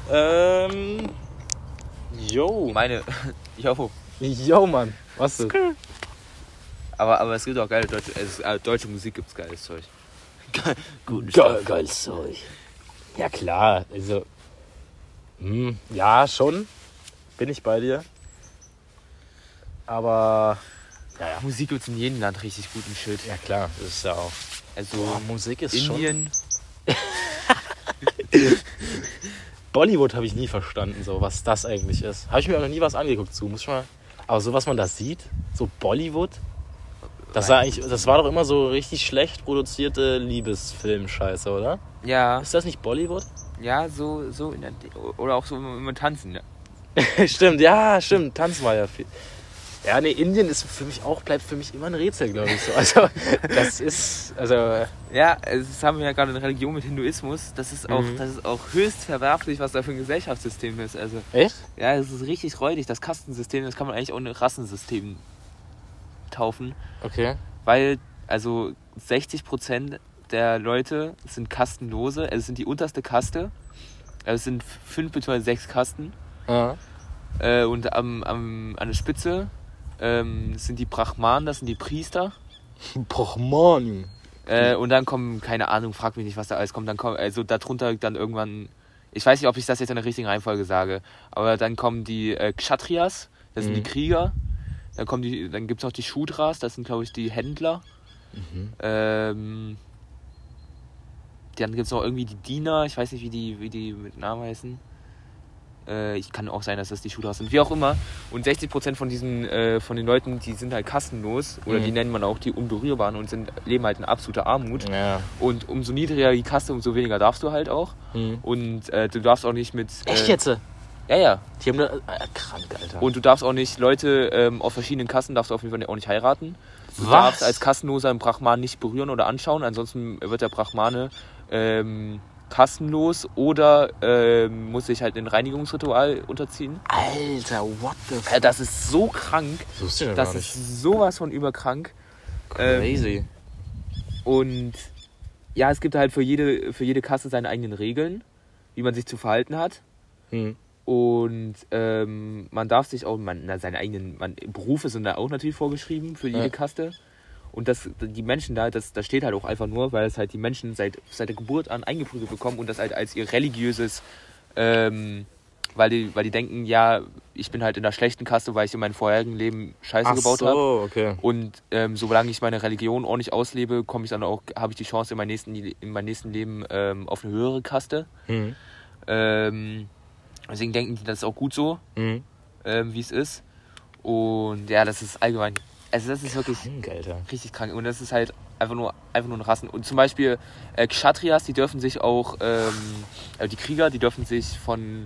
Jo, Mann. Was ist das? Aber es gibt auch geile deutsche Musik, gibt's geiles Zeug. Geiles Zeug. Ja, klar. Also, ja, schon. Bin ich bei dir. Aber, ja. Musik gibt's in jedem Land richtig guten Shit. Ja, klar. Das ist ja auch. Also, Musik ist Indien. Bollywood habe ich nie verstanden, so was das eigentlich ist. Habe ich mir auch noch nie was angeguckt zu. Aber so was man da sieht, so Bollywood, das war doch immer so richtig schlecht produzierte Liebesfilm-Scheiße, oder? Ja. Ist das nicht Bollywood? Ja, so oder auch so immer tanzen, ja. Stimmt, ja, stimmt. Tanzen war ja viel. Ja, nee, Indien bleibt für mich immer ein Rätsel, glaube ich so. Also, das ist, Ja, das haben wir ja gerade in Religion mit Hinduismus. Das ist auch höchst verwerflich, was da für ein Gesellschaftssystem ist. Also, echt? Ja, es ist richtig räudig. Das Kastensystem, das kann man eigentlich auch ein Rassensystem taufen. Okay. Weil, 60% der Leute sind Kastenlose. Also, es sind die unterste Kaste. Also, es sind 5 bzw. 6 Kasten. Ja. Und an der Spitze sind die Brahmanen, das sind die Priester. Brahmanen. Und dann kommen, keine Ahnung, frag mich nicht, was da alles kommt. Also darunter dann irgendwann, ich weiß nicht, ob ich das jetzt in der richtigen Reihenfolge sage, aber dann kommen die Kshatriyas, das sind die Krieger. Dann gibt es noch die Shudras, das sind, glaube ich, die Händler. Dann gibt es noch irgendwie die Diener, ich weiß nicht, wie die mit Namen heißen. Ich kann auch sein, dass das die Shudras sind, wie auch immer. Und 60% von den Leuten, die sind halt kastenlos oder die nennt man auch die Unberührbaren und leben halt in absoluter Armut. Ja. Und umso niedriger die Kaste, umso weniger darfst du halt auch. Und du darfst auch nicht mit... Echt jetzt? Ja. Die haben da... krank, Alter. Und du darfst auch nicht Leute auf verschiedenen Kasten, darfst du auf jeden Fall auch nicht heiraten. Du Was? darfst als Kastenloser einen Brahman nicht berühren oder anschauen, ansonsten wird der Brahmane kastenlos oder muss sich halt ein Reinigungsritual unterziehen. Alter, what the fuck? Das ist so krank. Das ist sowas von überkrank. Crazy. Und ja, es gibt halt für jede Kaste seine eigenen Regeln, wie man sich zu verhalten hat. Und man darf sich auch, seine eigenen Berufe sind da auch natürlich vorgeschrieben für jede Kaste. Und die Menschen da steht halt auch einfach nur, weil es halt die Menschen seit der Geburt an eingeprügelt bekommen und das halt als ihr religiöses, weil die denken, ja, ich bin halt in der schlechten Kaste, weil ich in meinem vorherigen Leben Scheiße gebaut habe. Okay. Und solange ich meine Religion ordentlich auslebe, habe ich die Chance in meinem nächsten Leben auf eine höhere Kaste. Deswegen denken die, das ist auch gut so, wie es ist. Und ja, das ist allgemein. Also das ist wirklich richtig krank. Und das ist halt einfach nur eine Rassen. Und zum Beispiel Kshatriyas, die dürfen sich auch, die Krieger, die dürfen sich von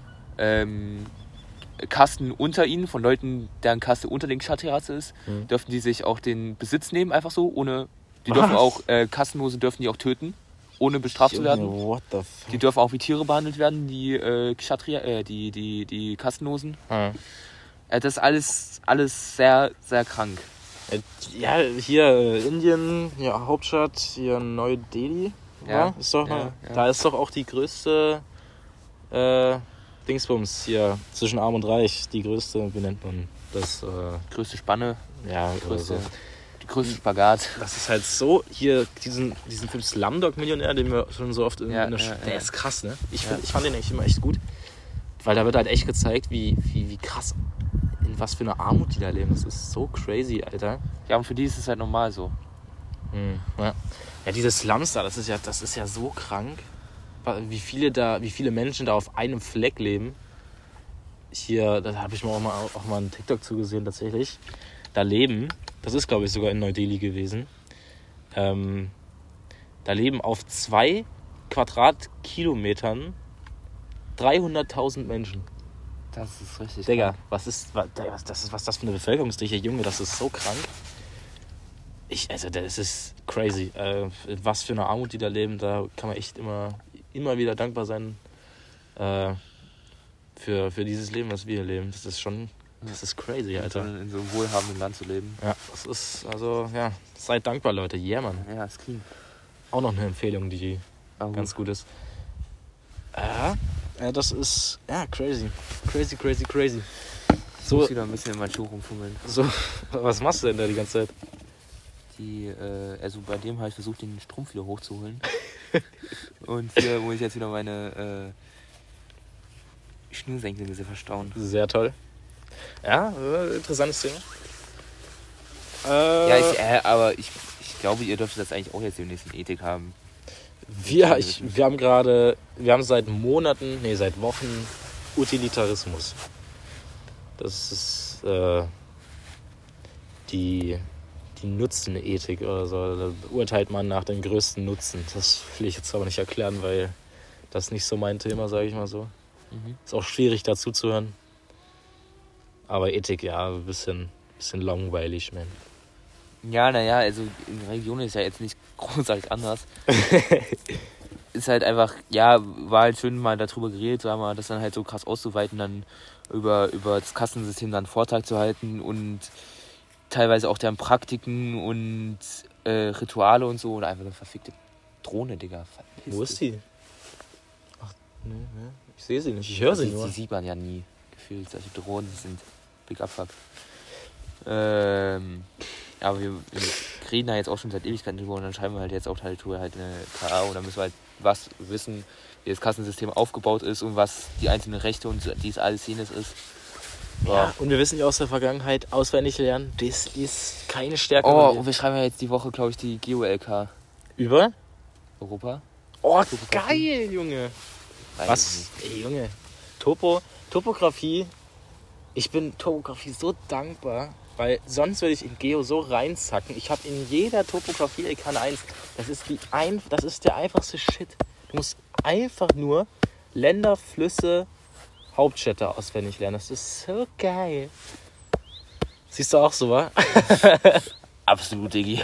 Kasten unter ihnen, von Leuten, deren Kaste unter den Kshatriyas ist, dürfen die sich auch den Besitz nehmen, einfach so, ohne. Die dürfen auch, Kastenlose dürfen die auch töten, ohne bestraft zu werden. What the fuck? Die dürfen auch wie Tiere behandelt werden, die Kshatriya, die Kastenlosen. Das ist alles sehr, sehr krank. Ja, hier Indien, ja, Hauptstadt, hier Neu-Delhi. Ja. Ist doch Da ist doch auch die größte Dingsbums hier zwischen Arm und Reich. Die größte, wie nennt man das? Größte Spanne. Ja, größte größte Spagat. Das ist halt so, hier diesen Film Slumdog-Millionär, den wir schon so oft der ist krass, ne? Ich fand den echt immer echt gut, weil da wird halt echt gezeigt, wie krass, in was für eine Armut die da leben. Das ist so crazy, Alter. Ja, und für die ist es halt normal so. Ja, diese Slums da, das ist ja so krank, wie viele Menschen da auf einem Fleck leben. Hier, da habe ich mir auch mal einen TikTok zugesehen tatsächlich. Da leben, das ist glaube ich sogar in Neu-Delhi gewesen, da leben auf 2 Quadratkilometern 300.000 Menschen. Das ist richtig Digga, krank. was ist das für eine Bevölkerungsdichte, Junge, das ist so krank. Das ist crazy. Was für eine Armut die da leben, da kann man echt immer wieder dankbar sein für dieses Leben, was wir hier leben. Das ist crazy, Alter. In so einem wohlhabenden Land zu leben. Ja, das ist, seid dankbar, Leute. Yeah, Mann. Ja, ist clean. Auch noch eine Empfehlung, die ganz gut ist. Das ist, crazy. Crazy. Ich muss wieder ein bisschen in meinen Schuh rumfummeln. So, was machst du denn da die ganze Zeit? Bei dem habe ich versucht, den Strumpf wieder hochzuholen. Und hier muss ich jetzt wieder meine Schnürsenkel ein bisschen verstauen. Sehr toll. Ja, interessantes Thema. Aber ich glaube, ihr dürftet das eigentlich auch jetzt demnächst in Ethik haben. Wir haben seit Wochen Utilitarismus. Das ist die Nutzenethik oder so. Da urteilt man nach dem größten Nutzen. Das will ich jetzt aber nicht erklären, weil das ist nicht so mein Thema, sage ich mal so. Ist auch schwierig dazu zu hören. Aber Ethik, ja, ein bisschen langweilig, man. Ja, naja, also in Religion ist ja jetzt nicht großartig anders. Ist halt einfach, war halt schön mal darüber geredet, sagen wir mal, das dann halt so krass auszuweiten, dann über das Kastensystem dann einen Vortrag zu halten und teilweise auch deren Praktiken und Rituale und so und einfach eine verfickte Drohne, Digga. Verpiss Wo ist die? Ach, nee, ich sehe sie nicht, ich höre sie nur. Die sieht man ja nie, gefühlt. Solche Drohnen sind big abfuck. Aber wir reden da jetzt auch schon seit Ewigkeiten drüber und dann schreiben wir halt jetzt auch halt eine KA und dann müssen wir halt was wissen, wie das Kassensystem aufgebaut ist und was die einzelnen Rechte und dies alles jenes ist. Ja, und wir wissen ja aus der Vergangenheit, auswendig lernen, das ist keine Stärke. Und wir schreiben ja jetzt die Woche, glaube ich, die GeoLK. Über? Europa. Oh, geil, Junge. Was? Ey, Junge. Topografie. Ich bin Topografie so dankbar, weil sonst würde ich in Geo so reinzacken. Ich habe in jeder Topografie LK 1. Das ist der einfachste Shit. Du musst einfach nur Länder, Flüsse, Hauptstädte auswendig lernen. Das ist so geil. Siehst du auch so, wa? Absolut, Diggi.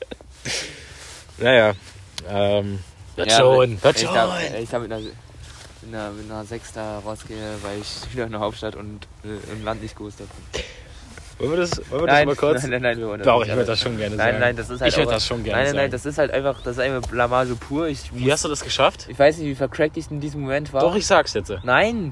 Naja. Wird schon. Ich da mit einer 6 da rausgehe, weil ich wieder in der Hauptstadt und im Land nicht gewusst habe. Wollen wir das mal kurz? Nein, wir wollen das doch, nicht. Ich würde das schon gerne sagen. Nein, das ist halt ich würde das schon gerne sagen. Nein, das ist halt einfach Blamage pur. Wie hast du das geschafft? Ich weiß nicht, wie vercrackt ich in diesem Moment war. Doch, ich sag's jetzt. Nein!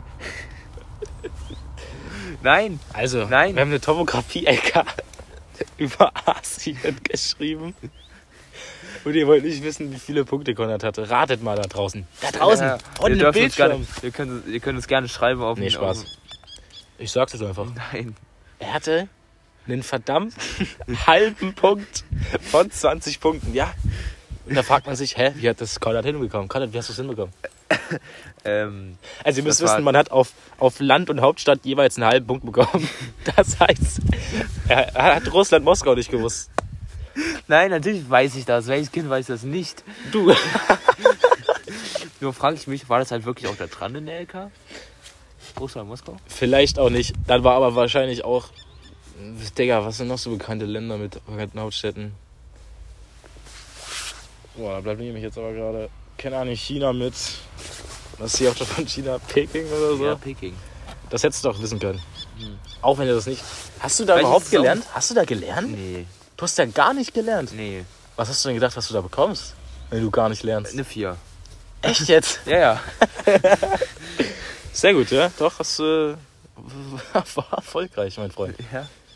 Nein! Also, wir haben eine Topografie-LK über Asien geschrieben. Und ihr wollt nicht wissen, wie viele Punkte Konrad hatte. Ratet mal da draußen. Da draußen! Ja, und ein Bildschirm. Ihr könnt es gerne schreiben auf Nee, Spaß. Ich sag's jetzt einfach. Nein. Er hatte einen verdammten halben Punkt von 20 Punkten, ja. Und da fragt man sich, wie hat das Konrad hinbekommen? Konrad, wie hast du es hinbekommen? Also ihr müsst wissen, man hat auf Land und Hauptstadt jeweils einen halben Punkt bekommen. Das heißt, er hat Russland-Moskau nicht gewusst. Nein, natürlich weiß ich das. Welches Kind weiß das nicht? Du. Nur frage ich mich, war das halt wirklich auch da dran in der LK? Russland-Moskau? Vielleicht auch nicht. Dann war aber wahrscheinlich auch... Digga, was sind noch so bekannte Länder mit bekannten Hauptstädten? Boah, da bleibt mir jetzt aber gerade... Keine Ahnung, China mit... Was ist die Hauptstadt von China? Peking oder so? Ja, Peking. Das hättest du doch wissen können. Auch wenn du das nicht... Hast du da überhaupt gelernt? Hast du da gelernt? Nee. Du hast ja gar nicht gelernt? Nee. Was hast du denn gedacht, was du da bekommst, wenn du gar nicht lernst? Eine 4. Echt jetzt? Ja. Sehr gut, ja. Doch, war erfolgreich, mein Freund. Ja.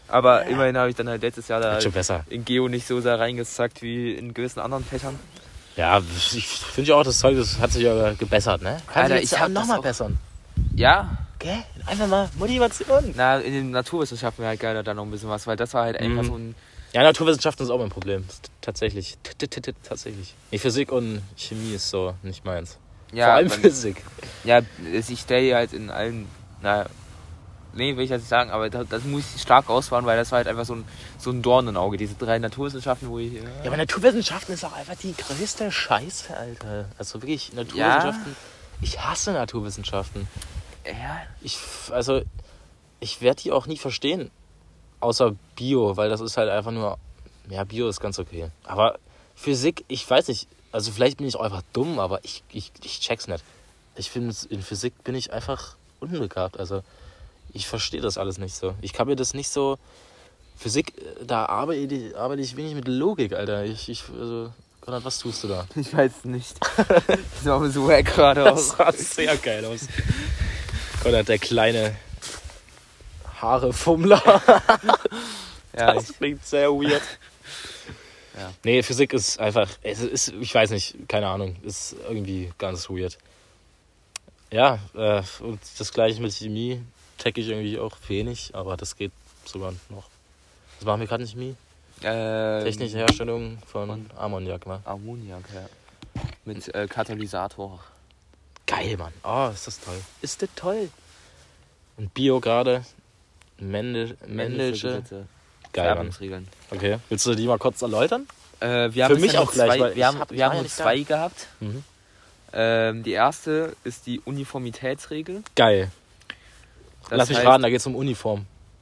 Aber immerhin habe ich dann halt letztes Jahr da schon besser. in Geo nicht so sehr reingesackt wie in gewissen anderen Fächern. Ja, ich finde ja auch, das Zeug, das hat sich ja gebessert, ne? Kann Alter, sich jetzt ich hab nochmal das auch- bessern. Ja, Gell? Einfach mal Motivation. na, in den Naturwissenschaften wäre halt geiler da noch ein bisschen was, weil das war halt einfach so ein... Ja, Naturwissenschaften ist auch mein Problem. Tatsächlich. Tatsächlich. Nee, Physik und Chemie ist so nicht meins. Ja, Vor allem Physik. Ja, ich stelle halt in allen... Naja, nee, will ich jetzt nicht sagen, aber das muss ich stark ausfahren, weil das war halt einfach so ein Dorn im Auge. Diese 3 Naturwissenschaften, wo ich... Ja, aber Naturwissenschaften ist auch einfach die größte Scheiße, Alter. Also wirklich, Naturwissenschaften... Ich hasse Naturwissenschaften. Ja. Ich werde die auch nie verstehen. Außer Bio, weil das ist halt einfach nur... Ja, Bio ist ganz okay. Aber Physik, ich weiß nicht. Also vielleicht bin ich auch einfach dumm, aber ich check's nicht. Ich finde, in Physik bin ich einfach unbegabt. Also ich verstehe das alles nicht so. Ich kann mir das nicht so... Physik, da arbeite ich wenig mit Logik, Alter. Also, Konrad, was tust du da? Ich weiß nicht. Das sah aber so wack gerade aus. Das sah sehr geil aus. Konrad, der kleine Haarefummler. Ja, Das klingt sehr weird. Ja. Nee, Physik ist einfach, ich weiß nicht, keine Ahnung, ist irgendwie ganz weird. Ja, und das gleiche mit Chemie check ich irgendwie auch wenig, aber das geht sogar noch. Was machen wir gerade in Chemie? Technische Herstellung von Ammoniak, ne? Ammoniak, ja. Mit Katalysator. Geil, Mann. Oh, ist das toll. Ist das toll. Und Bio gerade. Männliche. Geil, Mann. Färbungsregeln. Okay. Willst du die mal kurz erläutern? Wir haben Für mich bisher auch nur gleich, zwei, weil wir haben ich war ja nur nicht 2 gehabt. Mhm. Die erste ist die Uniformitätsregel. Geil. Das Lass mich heißt- raten, da geht es um Uniform.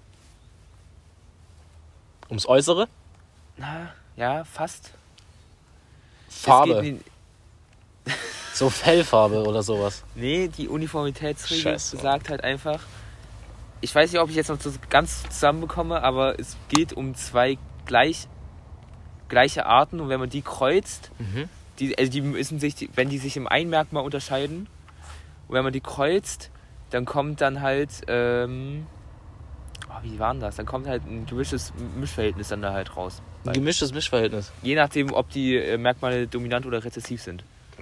Ums Äußere? Na, ja, fast. Farbe. Es geht So Fellfarbe oder sowas. Nee, die Uniformitätsregel Scheiße. besagt halt einfach, ich weiß nicht, ob ich jetzt noch ganz zusammenbekomme, aber es geht um 2 gleiche Arten und wenn man die kreuzt, die müssen sich, wenn die sich im einen Merkmal unterscheiden, und wenn man die kreuzt, dann kommt dann halt, wie war denn das? Dann kommt halt ein gewischtes Mischverhältnis dann da halt raus. Ein gemischtes Mischverhältnis. Je nachdem, ob die Merkmale dominant oder rezessiv sind.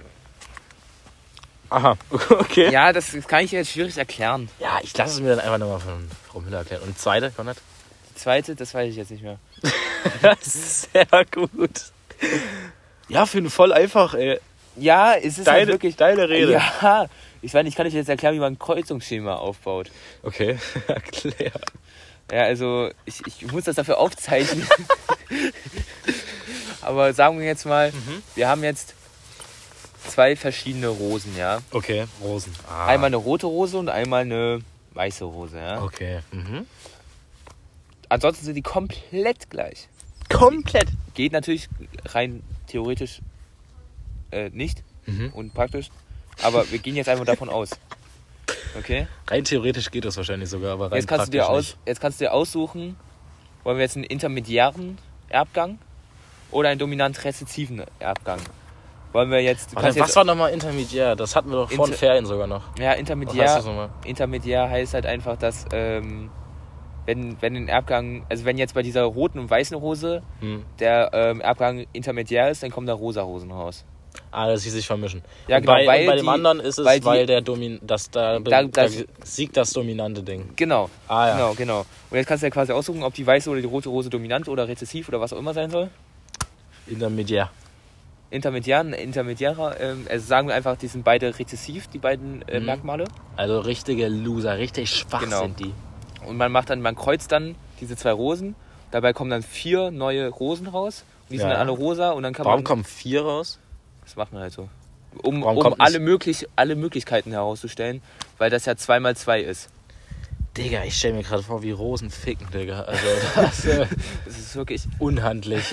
Aha, okay. Ja, das kann ich jetzt schwierig erklären. Ja, ich lasse es mir dann einfach nochmal von Frau Müller erklären. Und zweite, Konrad? Die zweite, das weiß ich jetzt nicht mehr. Sehr gut. Ja, für einen voll einfach, ey. Ja, es ist halt wirklich... Deine Rede. Ja, ich meine, ich kann euch jetzt erklären, wie man ein Kreuzungsschema aufbaut. Okay, erklär. Ja, also ich muss das dafür aufzeichnen. Aber sagen wir jetzt mal, wir haben jetzt 2 verschiedene Rosen, ja. Okay, Rosen. Ah. Einmal eine rote Rose und einmal eine weiße Rose, ja. Okay. Ansonsten sind die komplett gleich. Komplett. Geht natürlich rein theoretisch nicht und praktisch, aber wir gehen jetzt einfach davon aus. Okay? Rein theoretisch geht das wahrscheinlich sogar, aber rein Jetzt kannst du dir aussuchen, wollen wir jetzt einen intermediären Erbgang oder einen dominant-rezessiven Erbgang? Wollen wir jetzt... Was war nochmal intermediär? Das hatten wir doch vor den Ferien sogar noch. Ja, Was heißt intermediär, das nochmal? intermediär heißt halt einfach, dass wenn ein Erbgang, also wenn jetzt bei dieser roten und weißen Rose der Erbgang intermediär ist, dann kommen da rosa Rosen raus. Ah, dass sie sich vermischen. Ja, und genau, bei dem anderen ist es, weil da siegt das dominante Ding. Genau, Ah, ja. genau. Und jetzt kannst du ja quasi aussuchen, ob die weiße oder die rote Rose dominant oder rezessiv oder was auch immer sein soll. Intermediär. Intermediärer, also sagen wir einfach, die sind beide rezessiv, die beiden Merkmale. Also richtige Loser, richtig schwach Genau. sind die. Und man kreuzt dann diese 2 Rosen. Dabei kommen dann 4 neue Rosen raus. Und die sind dann alle rosa und dann kann Warum man... kommen 4 raus? Das macht man halt so. Um kommt alle Möglichkeiten herauszustellen, weil das ja 2 mal 2 ist. Digga, ich stelle mir gerade vor, wie Rosen ficken, Digga. Also das Das ist wirklich... unhandlich.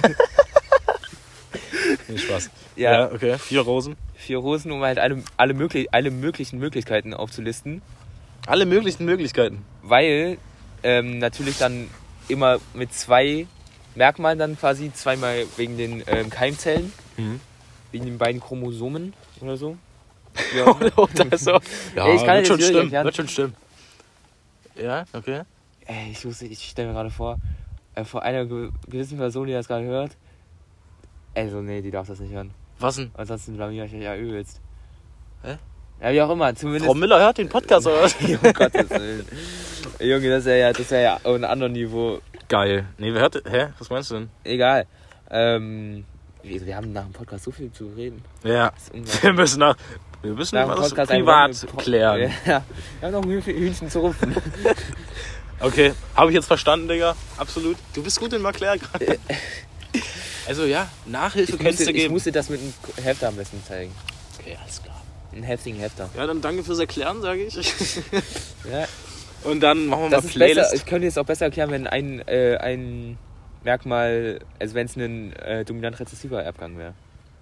Nee, Spaß. Ja. Okay, 4 Rosen. 4 Rosen, um halt alle möglichen Möglichkeiten aufzulisten. Alle möglichen Möglichkeiten. Weil natürlich dann immer mit 2 Merkmalen dann quasi, zweimal wegen den Keimzellen, wegen den beiden Chromosomen oder so. Ja, Oder so. Ja, Ich kann wird das schon schwierig stimmen. erklären. Wird schon stimmen. Ja, okay. Ich stelle mir gerade vor einer gewissen Person, die das gerade hört. Also, nee, die darf das nicht hören. Was denn? Ansonsten blamier ich euch ja übelst. Hä? Ja, wie auch immer, zumindest. Frau Müller hört den Podcast, oder? Um Gottes Willen. Junge, das ist ja auf einem anderen Niveau. Geil. Nee, wer hört... Hä? Was meinst du denn? Egal. Wir haben nach dem Podcast so viel zu reden. Ja. Das ist unglaublich. Wir müssen Nach dem was Podcast privat klären. Ja, wir haben noch Hühnchen zu rupfen. Okay, habe ich jetzt verstanden, Digga. Absolut. Du bist gut in Erklären gerade. Also ja, Nachhilfe könntest du Ich geben. musste das mit einem Hefter am besten zeigen. Okay, alles klar. Einen heftigen Hefter. Ja, dann danke fürs Erklären, sage ich. Ja. Und dann machen wir Das mal ist Playlist. besser. Ich könnte es auch besser erklären, wenn ein Merkmal, also wenn es ein dominant-rezessiver Erbgang wäre.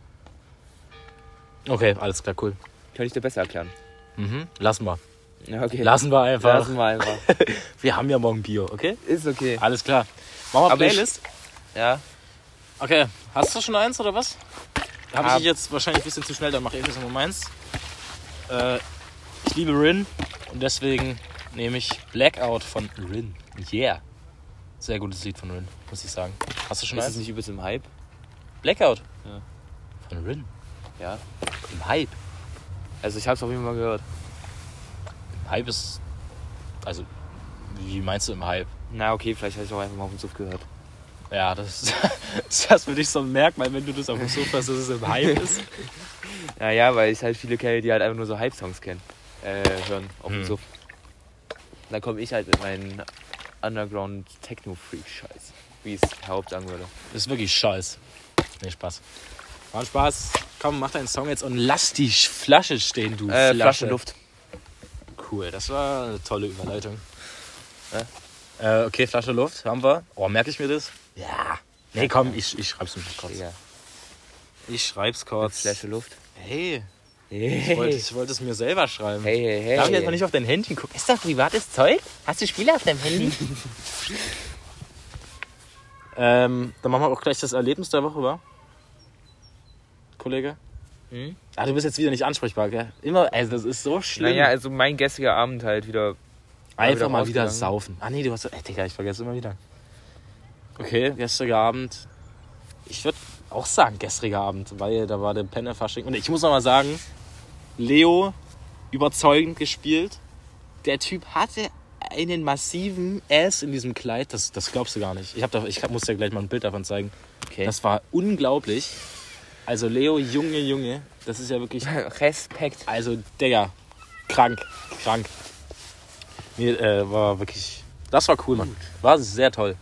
Okay, alles klar, cool. Könnte ich dir besser erklären. Lassen wir. Ja, okay. Lassen wir einfach. Lassen wir einfach. Wir haben ja morgen Bier, okay? Ist okay. Alles klar. Machen wir Aber Playlist? Ja. Okay, hast du schon eins oder was? Habe ich jetzt wahrscheinlich ein bisschen zu schnell, dann mache ich jetzt mal meins. Ich liebe Rin und deswegen nehme ich Blackout von Rin. Yeah. Sehr gutes Lied von Rin, muss ich sagen. Hast du schon Ist eins? es nicht übelst im Hype? Blackout? Ja. Von Rin? Ja. Im Hype. Also ich hab's auf jeden Fall gehört. Im Hype ist... Also, wie meinst du im Hype? Na okay, vielleicht habe ich auch einfach mal auf dem Suff gehört. Ja, das ist für dich so ein Merkmal, wenn du das auf dem Sofa hast, dass es im Hype ist. Naja, weil ich halt viele kenne, die halt einfach nur so Hype-Songs hören auf dem Suff. Dann komme ich halt mit meinen Underground-Techno-Freak-Scheiß, wie es Herr Haupt sagen würde. Das ist wirklich scheiß. Nee, Spaß. War Spaß. Komm, mach deinen Song jetzt und lass die Flasche stehen, du Flasche Luft. Cool, das war eine tolle Überleitung. Okay, Flasche Luft, haben wir. Oh, merke ich mir das? Ja. Nee, komm, ich schreib's mir kurz. Ja. Ich schreib's kurz. Flasche Luft. Hey, Hey. ich wollte es mir selber schreiben. Hey. Darf ich jetzt mal nicht auf dein Handy gucken? Ist doch privates Zeug? Hast du Spiele auf deinem Handy? Dann machen wir auch gleich das Erlebnis der Woche, wa? Kollege? Ah, du bist jetzt wieder nicht ansprechbar, gell? Immer, also das ist so schlimm. Naja, also mein gestriger Abend halt wieder. Einfach mal wieder rausgegangen. saufen. Ah nee, du hast... Digga, ich vergesse immer wieder. Okay, gestriger Abend. Ich würde auch sagen gestriger Abend, weil da war der Penner-Fasching. Und ich muss noch mal sagen, Leo überzeugend gespielt. Der Typ hatte einen massiven Ass in diesem Kleid. Das glaubst du gar nicht. Ich muss dir gleich mal ein Bild davon zeigen. Okay. Das war unglaublich. Also Leo, Junge, das ist ja wirklich... Respekt. Also, Digga, krank. Nee, war wirklich... Das war cool, Mann. War sehr toll.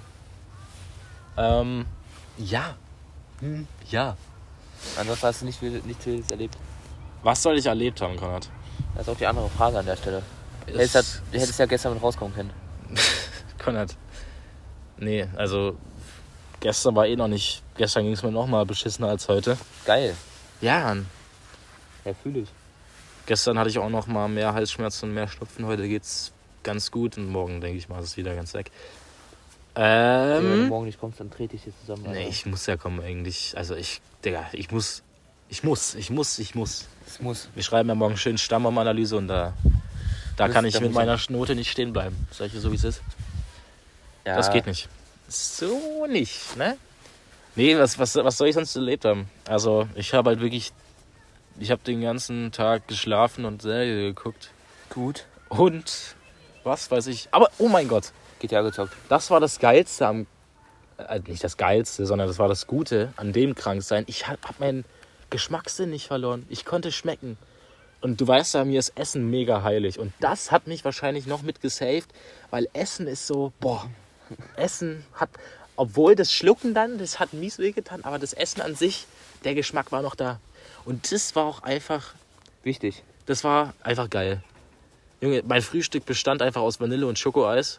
Ja. Ja. Ansonsten hast du nicht viel erlebt. Was soll ich erlebt haben, Konrad? Das ist auch die andere Frage an der Stelle. Du Es- hättest ja gestern mit rauskommen können. Konrad. Nee, also... Gestern war noch nicht... Gestern ging es mir noch mal beschissener als heute. Geil. Ja, Mann. Ja, fühle ich. Gestern hatte ich auch noch mal mehr Halsschmerzen und mehr Schnupfen. Heute geht's ganz gut und morgen, denke ich mal, ist es wieder ganz weg. Wenn du morgen nicht kommst, dann trete ich hier zusammen. Nee, ich muss ja kommen eigentlich. Also ich muss. Es muss. Wir schreiben ja morgen schön Stammbaumanalyse und da kann ich da mit muss meiner Note nicht stehen bleiben. Sag ich dir so, wie es ist. Ja. Das geht nicht. So nicht, ne? Nee, was soll ich sonst erlebt haben? Also ich habe halt wirklich... Ich habe den ganzen Tag geschlafen und Serie geguckt. Gut. Und was weiß ich... Aber, oh mein Gott. GTA gezockt. Das war das Geilste am... nicht das Geilste, sondern das war das Gute an dem Kranksein. Ich hab meinen Geschmackssinn nicht verloren. Ich konnte schmecken. Und du weißt ja, mir ist Essen mega heilig. Und das hat mich wahrscheinlich noch mit gesaved, weil Essen ist so... Boah, Essen hat... Obwohl das Schlucken dann, das hat mies wehgetan, aber das Essen an sich, der Geschmack war noch da. Und das war auch einfach... Wichtig. Das war einfach geil. Junge, mein Frühstück bestand einfach aus Vanille und Schokoeis.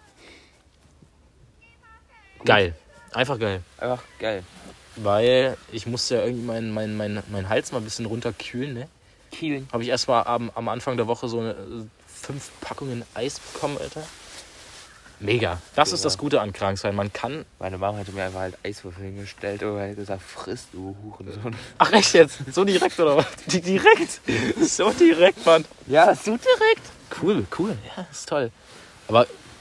Geil. Einfach geil. Einfach geil. Weil ich musste ja irgendwie meinen Hals mal ein bisschen runterkühlen, ne? Kielen. Habe ich erst mal am Anfang der Woche so 5 Packungen Eis bekommen, Alter. Mega. Das ist das Gute an Kranksein. Man kann... Meine Mama hatte mir einfach halt Eiswürfel hingestellt und hat gesagt, friss du Hurensohn. Ach echt jetzt? So direkt oder was? Direkt? So direkt, Mann. Ja, so direkt. Cool. Ja, ist toll. Aber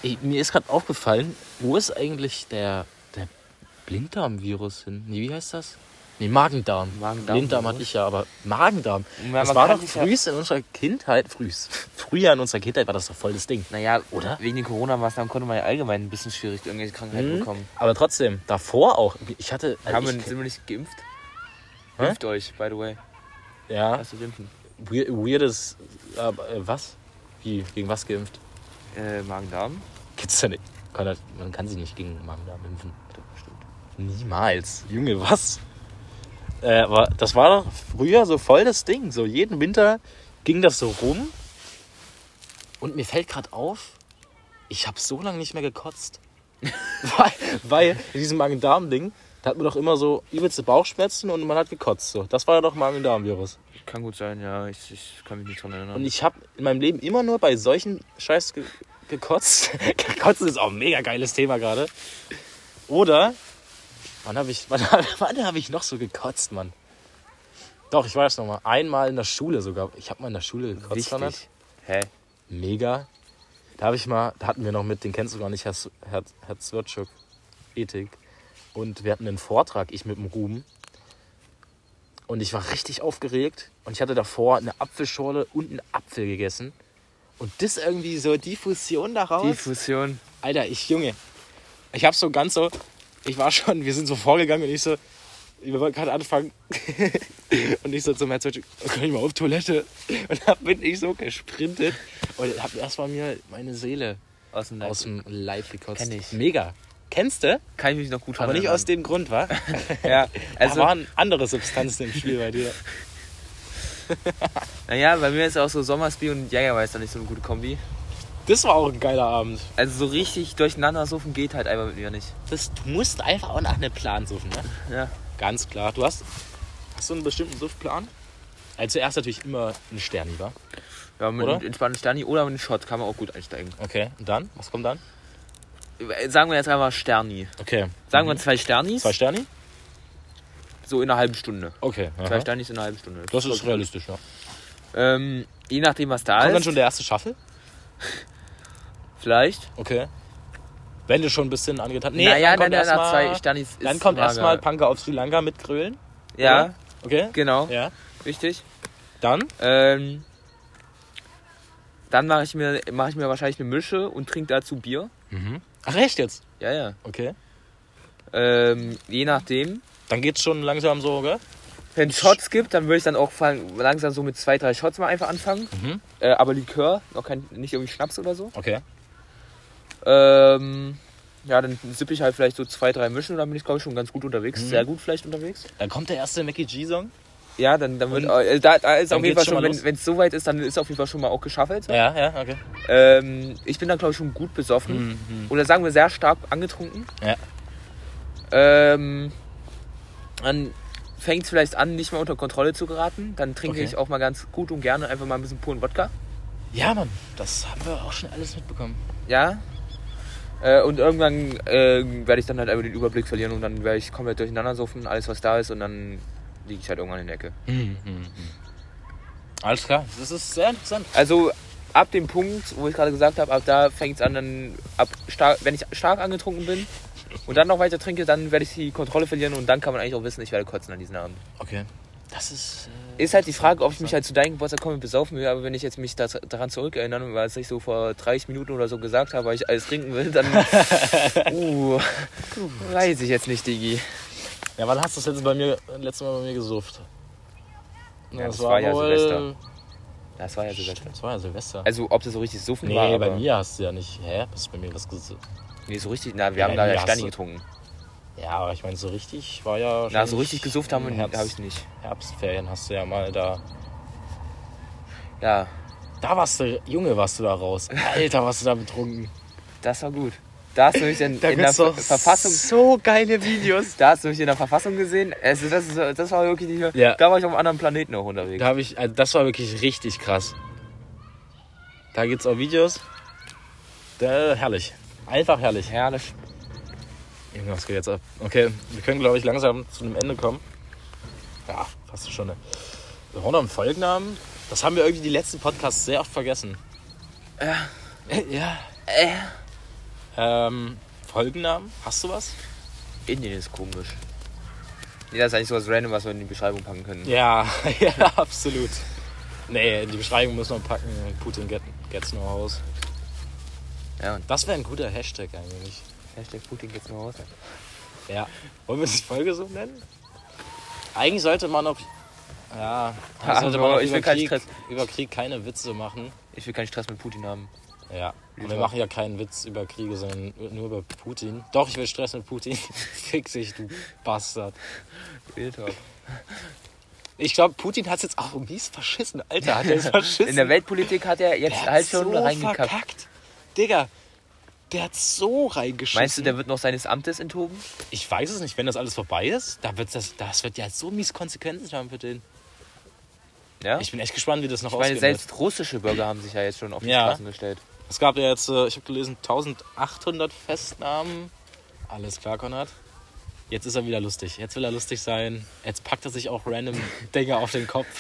Mir ist gerade aufgefallen, wo ist eigentlich der Blinddarm-Virus hin? Nee, wie heißt das? Nee, Magen-Darm. Blinddarm hatte ich ja, aber Magen-Darm. Ja, das war doch früher in unserer Kindheit, früher in unserer Kindheit war das doch voll das Ding. Naja, oder? Wegen den Corona-Maßnahmen konnte man ja allgemein ein bisschen schwierig irgendwelche Krankheiten bekommen. Aber trotzdem, davor auch. Sind wir nicht geimpft? Impft euch, by the way. Ja. Hast du impfen? Weirdes, was? Wie? Gegen was geimpft? Magen-Darm. Gibt's ja nicht. Man kann sich nicht gegen Magen-Darm impfen. Stimmt. Niemals. Junge, was? Aber das war doch früher so voll das Ding. So jeden Winter ging das so rum. Und mir fällt gerade auf, ich habe so lange nicht mehr gekotzt. weil in diesem Magen-Darm-Ding, da hat man doch immer so übelste Bauchschmerzen und man hat gekotzt. So. Das war ja doch Magen-Darm-Virus. Kann gut sein, ja. Ich kann mich nicht dran erinnern. Und ich habe in meinem Leben immer nur bei solchen Scheiß gekotzt. Kotzen ist auch ein mega geiles Thema gerade. Oder, wann hab ich noch so gekotzt, Mann? Doch, ich weiß noch mal. Einmal in der Schule sogar. Ich habe mal in der Schule gekotzt. Wichtig. Hä? Mega. Da hatten wir noch den kennst du gar nicht, Herr Zwirtschuk, Ethik. Und wir hatten einen Vortrag, ich mit dem Ruben. Und ich war richtig aufgeregt. Und ich hatte davor eine Apfelschorle und einen Apfel gegessen. Und das irgendwie so, die Fusion daraus. Die Fusion. Alter, ich hab so ganz so, wir sind so vorgegangen und wir wollten gerade anfangen. Und ich so zum Herrn Zwirtschuk, kann ich mal auf Toilette? Und da bin ich so gesprintet. Und hab erstmal mir meine Seele aus dem Leib gekotzt. Kenn ich. Mega. Kennst du? Kann ich mich noch gut Aber nicht aus dem Grund, wa? Ja, also da waren andere Substanzen im Spiel bei dir. Naja, bei mir ist auch so Sommersbier und Jägermeister nicht so eine gute Kombi. Das war auch ein geiler Abend. Also so richtig durcheinander suffen geht halt einfach mit mir nicht. Du musst einfach auch nach einem Plan suchen, ne? Ja. Ganz klar. Hast du einen bestimmten Suftplan? Also zuerst natürlich immer ein Sterni, wa? Ja, mit einem entspannten Sterni oder mit einem Shot kann man auch gut einsteigen. Okay, und dann? Was kommt dann? Sagen wir jetzt einfach Sterni. Okay. Sagen wir 2 Sternis. 2 Sterni? So in einer halben Stunde. Okay. 2 Sternis in einer halben Stunde. Das ist realistisch, ja. Je nachdem, was da ist. Kommt dann schon der erste Shuffle? Vielleicht. Okay. Wenn du schon ein bisschen angetan hast. Nee, naja, dann nach 2 Sternis ist dann kommt erstmal Panka auf Sri Lanka mit Grillen. Ja. Oder? Okay. Genau. Ja. Richtig. Dann? Dann mache ich mir wahrscheinlich eine Mische und trinke dazu Bier. Mhm. Ach, echt jetzt? Ja, ja. Okay. Je nachdem. Dann geht's schon langsam so, gell? Wenn es Shots gibt, dann würde ich dann auch langsam so mit 2, 3 Shots mal einfach anfangen. Mhm. Aber Likör, nicht irgendwie Schnaps oder so. Okay. Ja, dann sippe ich halt vielleicht so 2, 3 Mischen und dann bin ich, glaube ich, schon ganz gut unterwegs. Mhm. Sehr gut vielleicht unterwegs. Dann kommt der erste Mackie G-Song. Ja, dann wird da ist auf jeden Fall schon, wenn es soweit ist, dann ist auf jeden Fall schon mal auch geschaffelt. Ja, okay. Ich bin dann, glaube ich, schon gut besoffen. Mhm. Oder sagen wir sehr stark angetrunken. Ja. Dann fängt es vielleicht an, nicht mehr unter Kontrolle zu geraten. Dann trinke ich auch mal ganz gut und gerne einfach mal ein bisschen puren Wodka. Ja, Mann, das haben wir auch schon alles mitbekommen. Ja. Und irgendwann werde ich dann halt einfach den Überblick verlieren und dann werde ich komplett durcheinander suffen, alles was da ist und dann liege ich halt irgendwann in der Ecke. Alles klar, das ist sehr interessant. Also ab dem Punkt, wo ich gerade gesagt habe, ab da fängt es an, wenn ich stark angetrunken bin und dann noch weiter trinke, dann werde ich die Kontrolle verlieren und dann kann man eigentlich auch wissen, ich werde kotzen an diesem Abend. Okay. Das ist... Ist halt die Frage, ob ich mich halt zu deinem Geburtstag komme und besaufen will, aber wenn ich jetzt mich daran zurückerinnere, was ich so vor 30 Minuten oder so gesagt habe, weil ich alles trinken will, dann weiß ich jetzt nicht, Digi. Ja, wann hast du das letzte Mal bei mir gesufft? Ja, das war ja Silvester. Das war ja Silvester. Das war ja Silvester. Also ob das so richtig suffen war, Nee, bei mir hast du ja nicht... Hä? Hast du bei mir was gesufft? Nee, so richtig... Na, wir haben da ja Sterni getrunken. Ja, aber ich meine, so richtig war ja... Na, so richtig gesufft habe ich nicht. Herbstferien hast du ja mal da... Ja. Da warst du... Junge, warst du da raus. Alter, warst du da betrunken. Das war gut. Da hast du mich in der Verfassung... So geile Videos. Da hast du mich in der Verfassung gesehen. Das war wirklich nicht mehr... Ja. Da war ich auf einem anderen Planeten noch unterwegs. Das war wirklich richtig krass. Da gibt's auch Videos. Herrlich. Einfach herrlich. Herrlich. Irgendwas geht jetzt ab. Okay, wir können, glaube ich, langsam zu einem Ende kommen. Ja, fast schon. Wir haben noch einen Folgennamen. Das haben wir irgendwie die letzten Podcasts sehr oft vergessen. Ja. Folgennamen, hast du was? Indien ist komisch. Nee, das ist eigentlich sowas random, was wir in die Beschreibung packen können. Ja, ja, absolut. Nee, in die Beschreibung müssen wir packen, Putin gets no house. Ja, und das wäre ein guter Hashtag eigentlich. Hashtag Putin gets no house. Ja. Wollen wir die Folge so nennen? Eigentlich sollte man auf... Ja, sollte man über Krieg keine Witze machen. Ich will keinen Stress mit Putin haben. Ja, und wir machen ja keinen Witz über Kriege, sondern nur über Putin. Doch, ich will Stress mit Putin. Fick dich, du Bastard. Ich glaube, Putin hat es jetzt auch mies verschissen. Alter, hat er es verschissen. In der Weltpolitik hat er jetzt halt schon so reingekackt. Verkackt. Digga, der hat so reingeschissen. Meinst du, der wird noch seines Amtes enthoben? Ich weiß es nicht, wenn das alles vorbei ist. Das wird ja so mies Konsequenzen haben für den. Ja? Ich bin echt gespannt, wie das noch ausgeht. Ich meine, wird. selbst russische Bürger haben sich ja jetzt schon auf die Straßen gestellt. Es gab ja jetzt, ich habe gelesen, 1800 Festnahmen. Alles klar, Konrad. Jetzt ist er wieder lustig. Jetzt will er lustig sein. Jetzt packt er sich auch random Dinge auf den Kopf.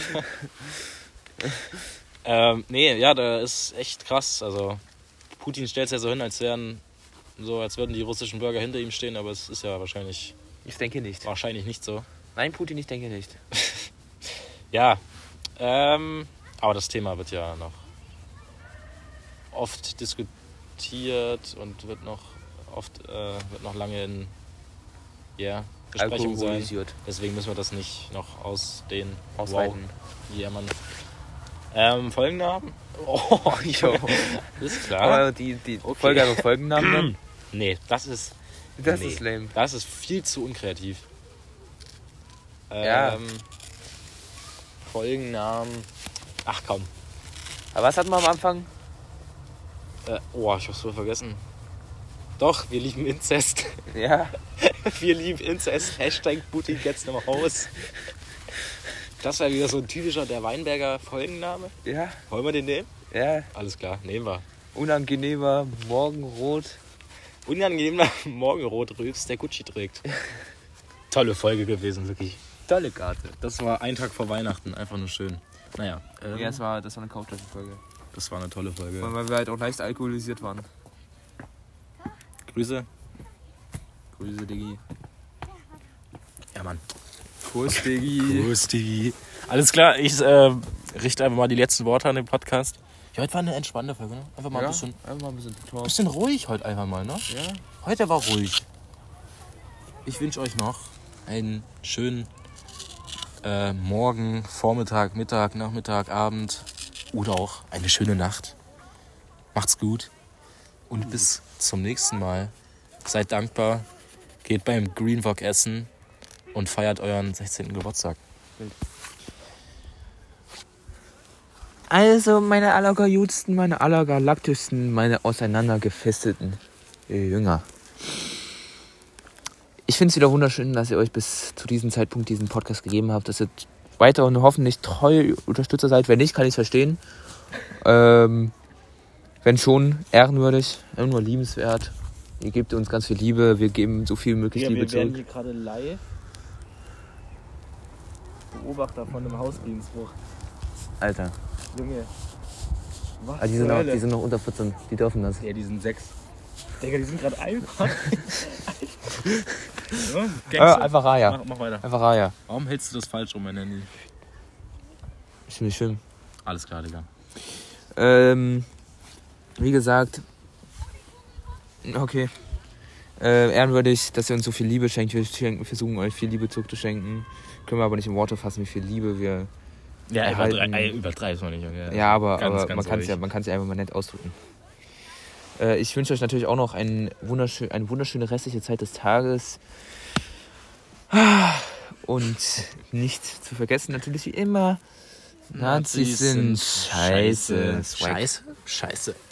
Nee, ja, da ist echt krass. Also, Putin stellt es ja so hin, als würden die russischen Bürger hinter ihm stehen, aber es ist ja wahrscheinlich... Ich denke nicht. Wahrscheinlich nicht so. Nein, Putin, ich denke nicht. Ja, aber das Thema wird ja noch oft diskutiert und wird noch lange in Besprechung sein. Deswegen müssen wir das nicht noch ausweiten. Wow. Ja, Mann. Folgennamen? Oh, jo. Ist klar. Aber die okay. Folge haben Folgennamen dann? Nee, das ist lame. Das ist viel zu unkreativ. Ja. Folgennamen. Ach komm. Aber was hatten wir am Anfang? Ich hab's wohl vergessen. Doch, wir lieben Inzest. Ja. Wir lieben Inzest. Hashtag Putin gets no house. Das wäre wieder so ein typischer der Weinberger Folgenname. Ja. Wollen wir den nehmen? Ja. Alles klar, nehmen wir. Unangenehmer Morgenrot. Unangenehmer Morgenrot Rülps, der Gucci trägt. Tolle Folge gewesen, wirklich. Tolle Karte. Das war ein Tag vor Weihnachten, einfach nur schön. Naja. Ja, das war eine Couchtassenfolge. Das war eine tolle Folge. Weil wir halt auch leicht alkoholisiert waren. Grüße, Diggi. Ja, Mann. Kuss, Diggi. Alles klar, ich richte einfach mal die letzten Worte an den Podcast. Ja, heute war eine entspannte Folge, ne? Einfach mal ein bisschen ruhig heute einfach mal, ne? Ja. Heute war ruhig. Ich wünsche euch noch einen schönen Morgen, Vormittag, Mittag, Nachmittag, Abend oder auch eine schöne Nacht. Macht's gut und bis zum nächsten Mal. Seid dankbar, geht beim Green Wok essen und feiert euren 16. Geburtstag. Also meine allergajudsten, meine allergalaktischsten, meine auseinandergefesselten Jünger. Ich finde es wieder wunderschön, dass ihr euch bis zu diesem Zeitpunkt diesen Podcast gegeben habt, dass ihr weiter und hoffentlich treue Unterstützer seid. Wenn nicht, kann ich es verstehen. Wenn schon, ehrenwürdig, nur liebenswert. Ihr gebt uns ganz viel Liebe, wir geben so viel möglich Liebe zurück. Wir werden hier gerade live Beobachter von einem Hausfriedensbruch. Alter. Junge. Was die sind noch unter 14, die dürfen das. Ja, die sind 6. Digga, die sind gerade einfach. Einfach Raya. Mach weiter. Einfach Raya. Warum hältst du das falsch mein Handy? Ich finde nicht schlimm. Alles klar, Digga. Wie gesagt, okay. Ehrenwürdig, dass ihr uns so viel Liebe schenkt. Wir versuchen euch viel Liebe zurückzuschenken. Können wir aber nicht in Worte fassen, wie viel Liebe wir übertreib's mal nicht, Junge. Ja, aber man kann es ja einfach mal nett ausdrücken. Ich wünsche euch natürlich auch noch eine wunderschöne restliche Zeit des Tages. Und nicht zu vergessen, natürlich wie immer, Nazis sind scheiße. Scheiße?